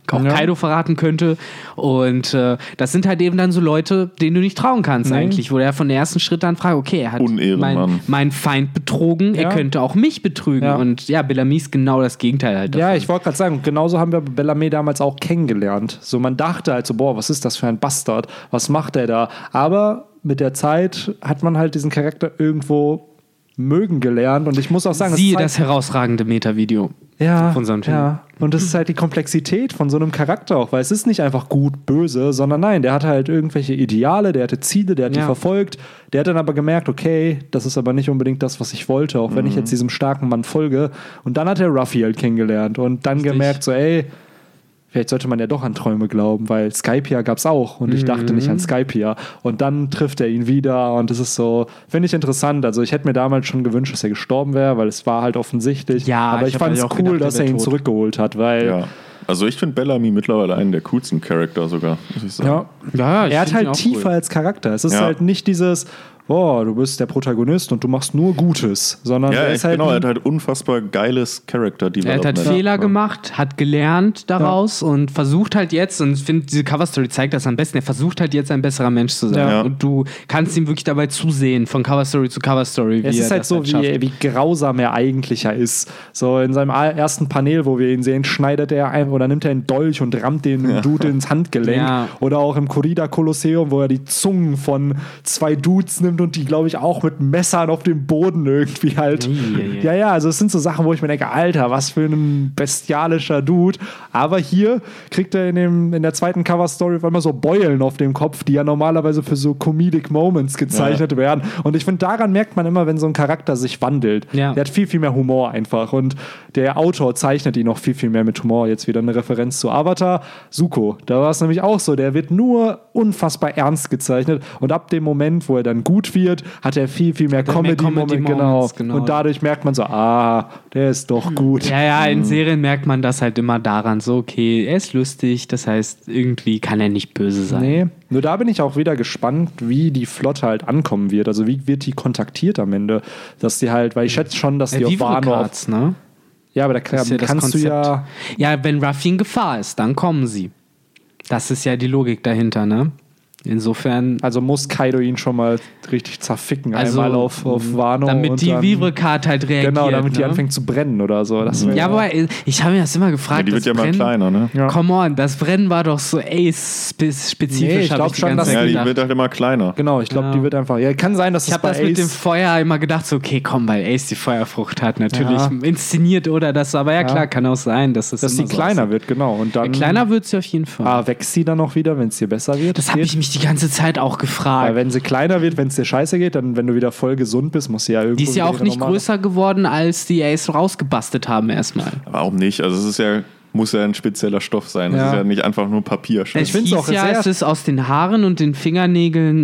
auch Kaido verraten könnte. Und das sind halt eben dann so Leute, denen du nicht trauen kannst eigentlich, wo er von der ersten Schritt dann fragt, okay, er hat meinen Feind betrogen, er könnte auch mich betrügen. Ja. Und ja, Bellamy ist genau das Gegenteil halt davon. Ja, ich wollte gerade sagen, genauso haben wir Bellamy damals auch kennengelernt. So, man dachte halt so, boah, was ist das für ein Bastard? Was macht er da? Aber mit der Zeit hat man halt diesen Charakter irgendwo mögen gelernt. Und ich muss auch sagen, das herausragende Meta-Video. Ja, von unserem Team. Ja. Und das ist halt die Komplexität von so einem Charakter auch, weil es ist nicht einfach gut, böse, sondern nein, der hatte halt irgendwelche Ideale, der hatte Ziele, der hat die verfolgt, der hat dann aber gemerkt, okay, das ist aber nicht unbedingt das, was ich wollte, auch wenn ich jetzt diesem starken Mann folge. Und dann hat er Ruffy halt kennengelernt und dann gemerkt so, ey, vielleicht sollte man ja doch an Träume glauben, weil Skypiea gab es auch und ich dachte nicht an Skypiea. Und dann trifft er ihn wieder und das ist so, finde ich interessant. Also ich hätte mir damals schon gewünscht, dass er gestorben wäre, weil es war halt offensichtlich. Ja, aber ich fand es cool, dass er ihn zurückgeholt hat, weil... Ja. Also ich finde Bellamy mittlerweile einen der coolsten Charakter sogar, muss ich sagen. Ja, er hat halt tiefer als Charakter. Es ist halt nicht dieses... du bist der Protagonist und du machst nur Gutes, sondern er ist halt er hat halt unfassbar geiles Character-Development. Er hat halt Fehler gemacht, hat gelernt daraus und versucht halt jetzt, und ich finde, diese Cover-Story zeigt das am besten, er versucht halt jetzt ein besserer Mensch zu sein. Ja. Und du kannst ihm wirklich dabei zusehen, von Cover-Story zu Cover-Story. Es ist halt so, wie grausam er eigentlich ist. So in seinem ersten Panel, wo wir ihn sehen, schneidet er ein oder nimmt er einen Dolch und rammt den Dude ins Handgelenk. Ja. Oder auch im Corrida-Kolosseum, wo er die Zungen von 2 Dudes nimmt und die, glaube ich, auch mit Messern auf dem Boden irgendwie halt. Ja, also es sind so Sachen, wo ich mir denke, Alter, was für ein bestialischer Dude. Aber hier kriegt er in der zweiten Cover-Story auf einmal so Beulen auf dem Kopf, die ja normalerweise für so Comedic Moments gezeichnet werden. Und ich finde, daran merkt man immer, wenn so ein Charakter sich wandelt. Ja. Der hat viel, viel mehr Humor einfach. Und der Autor zeichnet ihn noch viel, viel mehr mit Humor. Jetzt wieder eine Referenz zu Avatar. Zuko, da war es nämlich auch so. Der wird nur unfassbar ernst gezeichnet. Und ab dem Moment, wo er dann gut wird, hat er viel, viel mehr Comedy-Momente. Genau. Und dadurch merkt man so, der ist doch gut. Ja, in Serien merkt man das halt immer daran, so, okay, er ist lustig, das heißt, irgendwie kann er nicht böse sein. Nee, nur da bin ich auch wieder gespannt, wie die Flotte halt ankommen wird. Also wie wird die kontaktiert am Ende? Dass die halt, weil ich schätze schon, dass die auf Wano... ne? Ja, aber da kannst du ja... Ja, wenn Ruffy in Gefahr ist, dann kommen sie. Das ist ja die Logik dahinter, ne? Insofern... Also muss Kaido ihn schon mal richtig zerficken, einmal auf Wano. Damit die Vivre-Card halt reagiert. Genau, damit die anfängt zu brennen oder so. Ja, aber ich habe mir das immer gefragt. Ja, die wird ja immer kleiner, ne? Ja. Come on, das Brennen war doch so spezifisch. Nee, ich glaube schon, dass die wird halt immer kleiner. Genau, ich glaube, die wird einfach... Ja, kann sein, dass ich habe das mit dem Feuer immer gedacht, so, okay, komm, weil Ace die Feuerfrucht hat, natürlich inszeniert oder das, aber ja klar, kann auch sein, dass sie kleiner wird, genau. Und dann kleiner wird sie auf jeden Fall. Wächst sie dann noch wieder, wenn es dir besser wird? Das habe ich mich die ganze Zeit auch gefragt. Weil wenn sie kleiner wird, wenn es dir scheiße geht, dann, wenn du wieder voll gesund bist, muss sie ja irgendwie... Die ist ja auch nicht größer geworden, als die Ace rausgebastelt haben erstmal. Warum nicht? Also es ist muss ja ein spezieller Stoff sein. Das ist ja nicht einfach nur Papier. Ich finde es auch es ist aus den Haaren und den Fingernägeln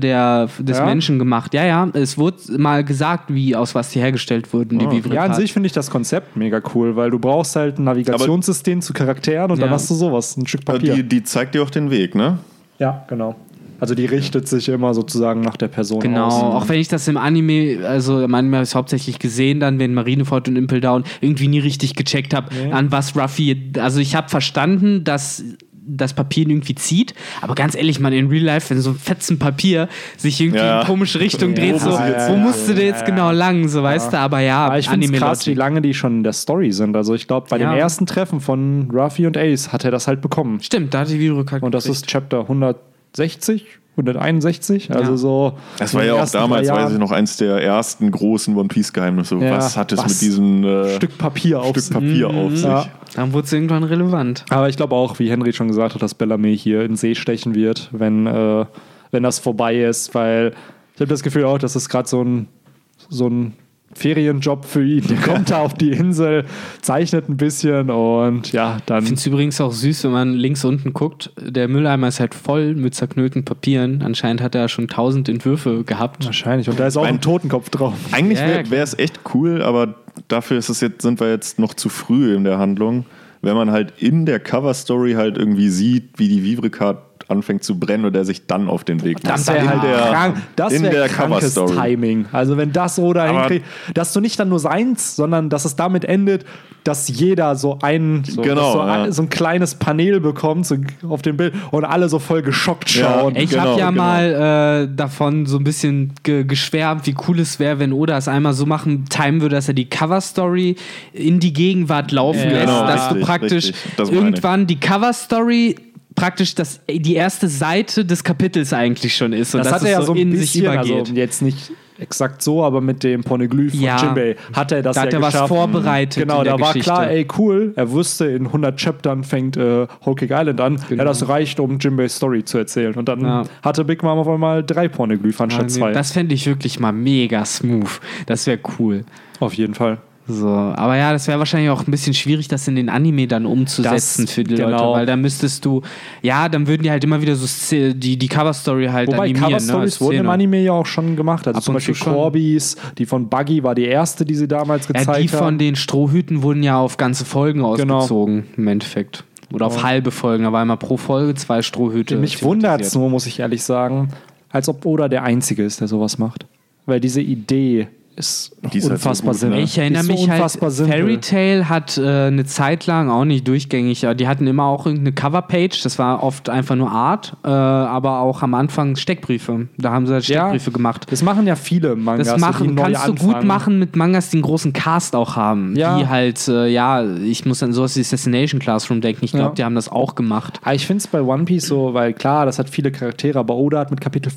des Menschen gemacht. Ja, es wurde mal gesagt, aus was die hergestellt wurden, die Vivre-Card. Ja, an sich finde ich das Konzept mega cool, weil du brauchst halt ein Navigationssystem zu Charakteren und dann hast du sowas, ein Stück Papier. Die zeigt dir auch den Weg, ne? Ja, genau. Also die richtet sich immer sozusagen nach der Person aus. Genau, auch wenn ich das im Anime habe ich es hauptsächlich gesehen, dann wenn Marineford und Impel Down irgendwie nie richtig gecheckt habe, an was Ruffy, also ich habe verstanden, dass das Papier irgendwie zieht, aber ganz ehrlich, man, in Real Life, wenn so ein Fetzen Papier sich irgendwie in komische Richtung dreht, wo musst du jetzt genau lang, so weißt du, aber ich finde es krass, wie lange die schon in der Story sind, also ich glaube, bei dem ersten Treffen von Ruffy und Ace hat er das halt bekommen. Stimmt, da hat die Vivre-Card und das ist Chapter 161, also so. Das war ja auch damals, weiß ich noch, eins der ersten großen One-Piece-Geheimnisse. Was hat es mit diesem Stück Papier auf sich? Ja. Dann wurde es irgendwann relevant. Aber ich glaube auch, wie Henry schon gesagt hat, dass Bellamy hier in den See stechen wird, wenn das vorbei ist, weil ich habe das Gefühl auch, dass es gerade so ein Ferienjob für ihn. Der kommt da auf die Insel, zeichnet ein bisschen und dann... Ich finde es übrigens auch süß, wenn man links unten guckt. Der Mülleimer ist halt voll mit zerknüllten Papieren. Anscheinend hat er schon 1000 Entwürfe gehabt. Wahrscheinlich. Und da ist auch ein Totenkopf drauf. Eigentlich wäre es echt cool, aber dafür sind wir jetzt noch zu früh in der Handlung. Wenn man halt in der Cover-Story halt irgendwie sieht, wie die Vivre-Card anfängt zu brennen und er sich dann auf den Weg macht. Das wäre halt krank. Das in wäre der krankes Cover-Story. Timing. Also wenn das Oda hinkriegt, dass du nicht dann nur seins, sondern dass es damit endet, dass jeder so ein kleines Panel bekommt so auf dem Bild und alle so voll geschockt schauen. Ich habe mal davon so ein bisschen geschwärmt, wie cool es wäre, wenn Oda es einmal so timen würde, dass er die Cover-Story in die Gegenwart laufen lässt, dass du praktisch irgendwann die Cover-Story praktisch die erste Seite des Kapitels eigentlich schon ist. Und das hat er ja so ein bisschen, sich übergeht. also jetzt nicht exakt so, aber mit dem Poneglyph von Jinbei hat er das da ja hat er geschafft. was vorbereitet. Genau, da war Geschichte. klar, ey, cool. Er wusste, in 100 Chaptern fängt Whole Cake Island an. Genau. Ja, das reicht, um Jinbeis Story zu erzählen. Und dann hatte Big Mom auf einmal 3 Poneglyph anstatt 2. Das fände ich wirklich mal mega smooth. Das wäre cool. Auf jeden Fall. So, aber ja, das wäre wahrscheinlich auch ein bisschen schwierig, das in den Anime dann umzusetzen für die Leute, weil da müsstest du, dann würden die halt immer wieder so die Cover-Story halt Wobei animieren. Cover-Stories wurden im Anime ja auch schon gemacht. Also zum Beispiel Corbys, die von Buggy war die erste, die sie damals gezeigt haben. Die von den Strohhüten wurden ja auf ganze Folgen ausgezogen, im Endeffekt. Oder auf halbe Folgen, da war immer pro Folge 2 Strohhüte. Mich wundert es nur, muss ich ehrlich sagen, als ob Oda der Einzige ist, der sowas macht. Weil diese Idee ist unfassbar halt so gut, simpel. Ich erinnere mich halt, Fairy Tail hat eine Zeit lang, auch nicht durchgängig, die hatten immer auch irgendeine Coverpage, das war oft einfach nur Art, aber auch am Anfang Steckbriefe. Da haben sie halt Steckbriefe gemacht. Das machen ja viele Mangas. Das kannst du gut machen mit Mangas, die einen großen Cast auch haben. Die halt, ich muss an sowas wie Assassination Classroom denken, ich glaube, die haben das auch gemacht. Aber ich finde es bei One Piece so, weil klar, das hat viele Charaktere, aber Oda hat mit Kapitel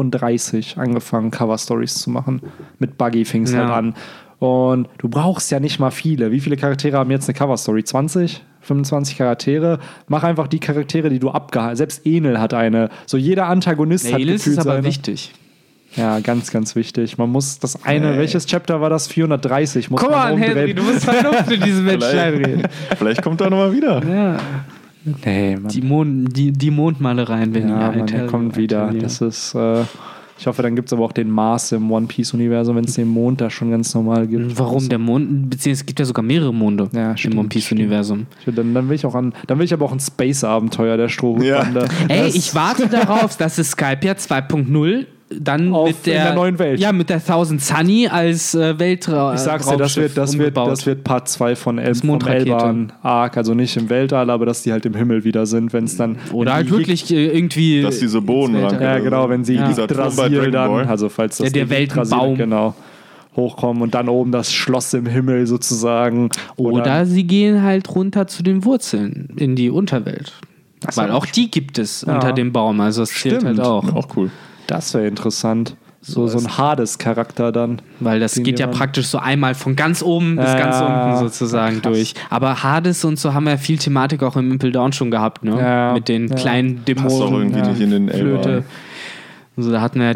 35 angefangen, Cover-Stories zu machen. Mit Buggy fing es halt an. Und du brauchst ja nicht mal viele. Wie viele Charaktere haben jetzt eine Cover-Story? 20? 25 Charaktere? Mach einfach die Charaktere, die du abgehalten. Selbst Enel hat eine. So jeder Antagonist hat gefühlt ist aber seine. wichtig. Ja, ganz, ganz wichtig. Man muss das eine, welches Chapter war das? 430. Komm mal, Henry, du musst Vernunft in diesem Mensch reden. Vielleicht kommt er nochmal wieder. Ja. Nee, Mann. Die Mondmalereien, wenn der kommt wieder. Das ist... ich hoffe, dann gibt es aber auch den Mars im One-Piece-Universum, wenn es den Mond da schon ganz normal gibt. Warum der Mond? Beziehungsweise es gibt ja sogar mehrere Monde im One-Piece-Universum. Dann will ich aber auch ein Space-Abenteuer der Strohhutbande. Ey, ich warte darauf, dass es Skypiea 2.0 dann in mit der neuen Welt. Ja, mit der Thousand Sunny als Weltraum. Ich sag's dir, das wird Part 2 vom Elban-Arc, also nicht im Weltall, aber dass die halt im Himmel wieder sind, wenn es dann... Oder halt wirklich irgendwie... Dass diese Bohnenranke... Ja, genau, wenn sie Yggdrasil dann, also falls das der Weltenbaum, genau, hochkommen und dann oben das Schloss im Himmel sozusagen. Oder sie gehen halt runter zu den Wurzeln in die Unterwelt. Weil auch die gibt es unter dem Baum, also das zählt halt auch. Auch cool. Das wäre interessant. So ein Hades-Charakter dann. Weil das geht ja praktisch so einmal von ganz oben bis ganz unten sozusagen durch. Aber Hades und so haben wir ja viel Thematik auch im Impel Down schon gehabt, ne? Ja, mit den kleinen Dämonen. Passt auch irgendwie nicht in den Flöte. Also da hatten wir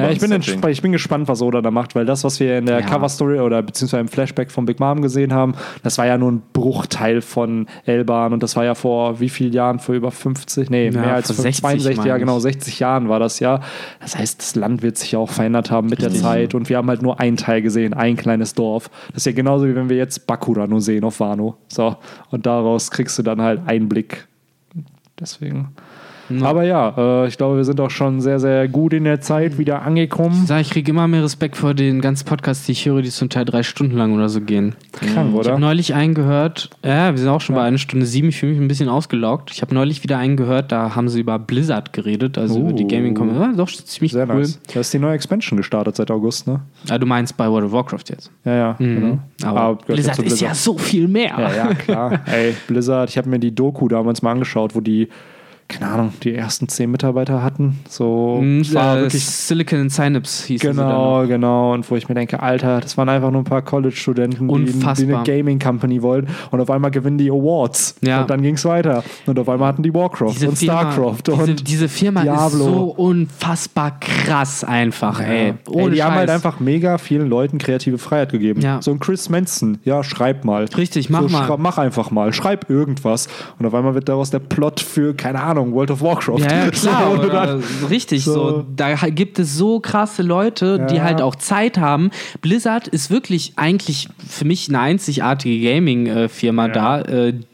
ich bin gespannt, was Oda da macht, weil das, was wir in der Cover-Story oder beziehungsweise im Flashback von Big Mom gesehen haben, das war ja nur ein Bruchteil von Elban und das war ja vor wie vielen Jahren? Vor über 50? Nee, mehr als 62, ja genau, 60 Jahren war das ja. Das heißt, das Land wird sich ja auch verändert haben mit der Zeit und wir haben halt nur einen Teil gesehen, ein kleines Dorf. Das ist ja genauso, wie wenn wir jetzt Bakura nur sehen auf Wano. So, und daraus kriegst du dann halt Einblick. Deswegen... Aber ja, ich glaube, wir sind auch schon sehr, sehr gut in der Zeit wieder angekommen. Ich kriege immer mehr Respekt vor den ganzen Podcasts, die ich höre, die zum Teil 3 Stunden lang oder so gehen. Krank, oder? Ich habe neulich einen gehört, wir sind auch schon bei 1 Stunde 7, ich fühle mich ein bisschen ausgelaugt. Ich habe neulich wieder einen gehört, da haben sie über Blizzard geredet, also über die Gaming-Community. Doch, ziemlich sehr cool. Nice. Da ist die neue Expansion gestartet seit August, ne? Ah, du meinst bei World of Warcraft jetzt? Ja, genau. Aber Blizzard ist ja so viel mehr. Ja, klar. Ey, Blizzard, ich habe mir die Doku damals mal angeschaut, wo die keine Ahnung, die ersten 10 Mitarbeiter hatten. So war wirklich Silicon and Synapse hieß es. Genau. Und wo ich mir denke, Alter, das waren einfach nur ein paar College-Studenten, die eine Gaming-Company wollten. Und auf einmal gewinnen die Awards. Ja. Und dann ging es weiter. Und auf einmal hatten die Warcraft und StarCraft. Diese Firma Diablo. Ist so unfassbar krass einfach, ey. Die haben halt einfach mega vielen Leuten kreative Freiheit gegeben. Ja. So ein Chris Manson, schreib mal. Richtig, mach mal. Mach einfach mal. Schreib irgendwas. Und auf einmal wird daraus der Plot für, keine Ahnung, World of Warcraft. Ja, klar. Richtig. So, da gibt es so krasse Leute, die halt auch Zeit haben. Blizzard ist wirklich eigentlich für mich eine einzigartige Gaming-Firma da.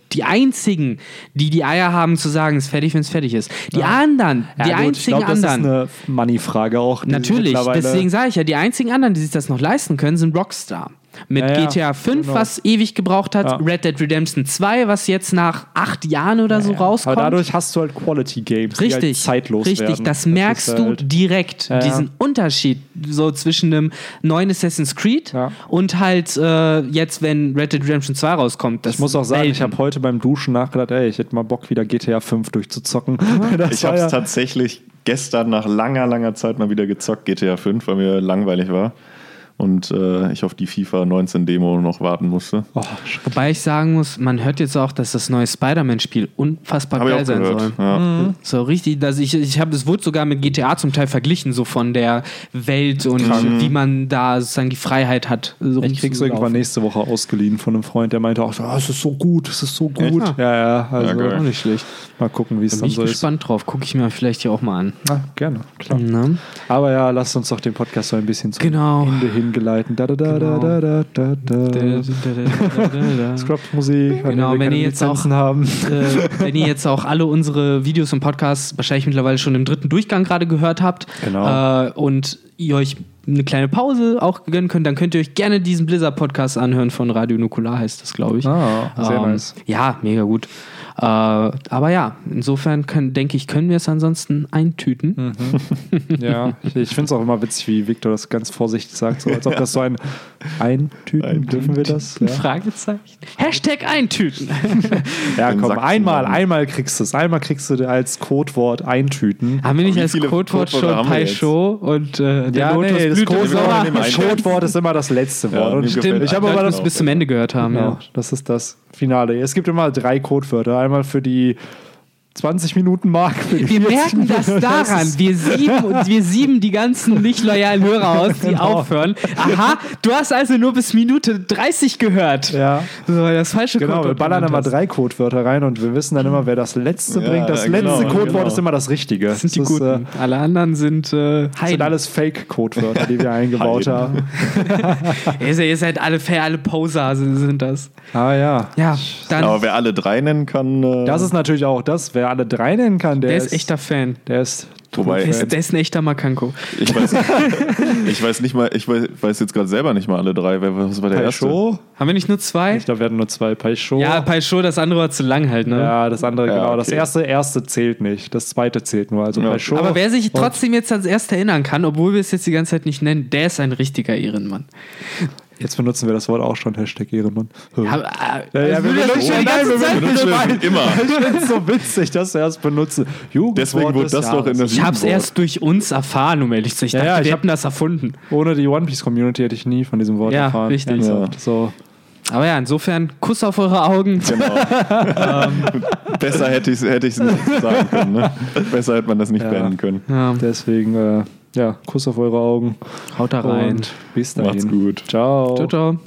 die einzigen, die die Eier haben zu sagen, es ist fertig, wenn es fertig ist. Die anderen, die einzigen anderen. Das ist eine Money-Frage auch. Natürlich, deswegen sage ich ja, die einzigen anderen, die sich das noch leisten können, sind Rockstar. Mit GTA 5, genau, was ewig gebraucht hat, Red Dead Redemption 2, was jetzt nach 8 Jahren oder so rauskommt. Aber dadurch hast du halt Quality Games, richtig, die halt zeitlos werden. Richtig, das merkst du halt direkt, diesen Unterschied so zwischen einem neuen Assassin's Creed und halt jetzt, wenn Red Dead Redemption 2 rauskommt. Ich muss auch sagen, ich habe heute beim Duschen nachgedacht, ich hätte mal Bock, wieder GTA 5 durchzuzocken. Ich habe es tatsächlich gestern nach langer Zeit mal wieder gezockt, GTA 5, weil mir langweilig war. Und ich auf die FIFA 19 Demo noch warten musste. Wobei ich sagen muss, man hört jetzt auch, dass das neue Spider-Man-Spiel unfassbar geil sein soll. Ja. So richtig, dass es wurde sogar mit GTA zum Teil verglichen, so von der Welt und wie man da sozusagen die Freiheit hat. So ich krieg's irgendwann nächste Woche ausgeliehen von einem Freund, der meinte auch, es ist so gut, es ist so gut. Echt? Ja, also auch nicht schlecht. Mal gucken, wie es dann so ist. Bin ich gespannt drauf, gucke ich mir vielleicht hier auch mal an. Gerne, klar. Aber ja, lasst uns doch den Podcast so ein bisschen zum Ende hingeleiten. Scrub-Musik, wenn ihr jetzt auch wenn ihr jetzt auch alle unsere Videos und Podcasts wahrscheinlich mittlerweile schon im 3. Durchgang gerade gehört habt und ihr euch eine kleine Pause auch gönnen könnt, dann könnt ihr euch gerne diesen Blizzard-Podcast anhören von Radio Nukular, heißt das, glaube ich. Sehr nice. Ja, mega gut. Aber ja, insofern denke ich, können wir es ansonsten eintüten. Ja, ich finde es auch immer witzig, wie Victor das ganz vorsichtig sagt, so als ob das so ein Eintüten, dürfen wir das? Ja. Fragezeichen. Hashtag Eintüten. Ja, komm, einmal kriegst du es. Einmal kriegst du als Codewort Eintüten. Haben wir nicht als Codewort schon Paisho und der Lotus das Codewort ist immer das letzte Wort. Und stimmt, ich habe aber das bis zum Ende gehört haben. Genau, das ist das Finale. Es gibt immer 3 Codewörter. Einmal für die 20-Minuten-Mark. Wir merken das daran. Wir sieben die ganzen nicht loyalen Hörer aus, die aufhören. Aha, du hast also nur bis Minute 30 gehört. Ja. So, das falsche Codewort. Wir ballern immer 3 Codewörter rein und wir wissen dann immer, wer das letzte bringt. Das letzte Codewort ist immer das Richtige. Das sind die guten. Alle anderen sind sind alles Fake-Codewörter, die wir eingebaut haben. Ihr seid alle Poser, sind das. Ja. Dann aber wer alle 3 nennen kann... das ist natürlich auch das. Wer alle 3 nennen kann, der ist echter Fan. Der ist der ist ein echter Makanko. Ich weiß nicht mal, ich weiß jetzt gerade selber nicht mal alle 3. Was war der erste? Haben wir nicht nur 2? Ich glaube, wir hatten nur 2. Paisho. Ja, Paisho, das andere war zu lang halt, ne? Ja, das andere, genau. Okay. Das erste zählt nicht. Das zweite zählt nur. Also Paisho. Aber wer sich trotzdem jetzt ans erste erinnern kann, obwohl wir es jetzt die ganze Zeit nicht nennen, der ist ein richtiger Ehrenmann. Jetzt benutzen wir das Wort auch schon, Hashtag Ehrenmann. Wir benutzen immer. Ich finde es so witzig, dass wir das benutzen. Deswegen wurde das doch in der Ich habe es erst durch uns erfahren, um ehrlich zu sein. Ich dachte, wir hätten das erfunden. Ohne die One Piece Community hätte ich nie von diesem Wort erfahren. Ja, richtig. So. Aber ja, insofern, Kuss auf eure Augen. Genau. Besser hätte ich es nicht sagen können. Ne? Besser hätte man das nicht beenden können. Ja. Deswegen, Kuss auf eure Augen. Haut da rein. Und bis dahin. Macht's gut. Ciao. Ciao.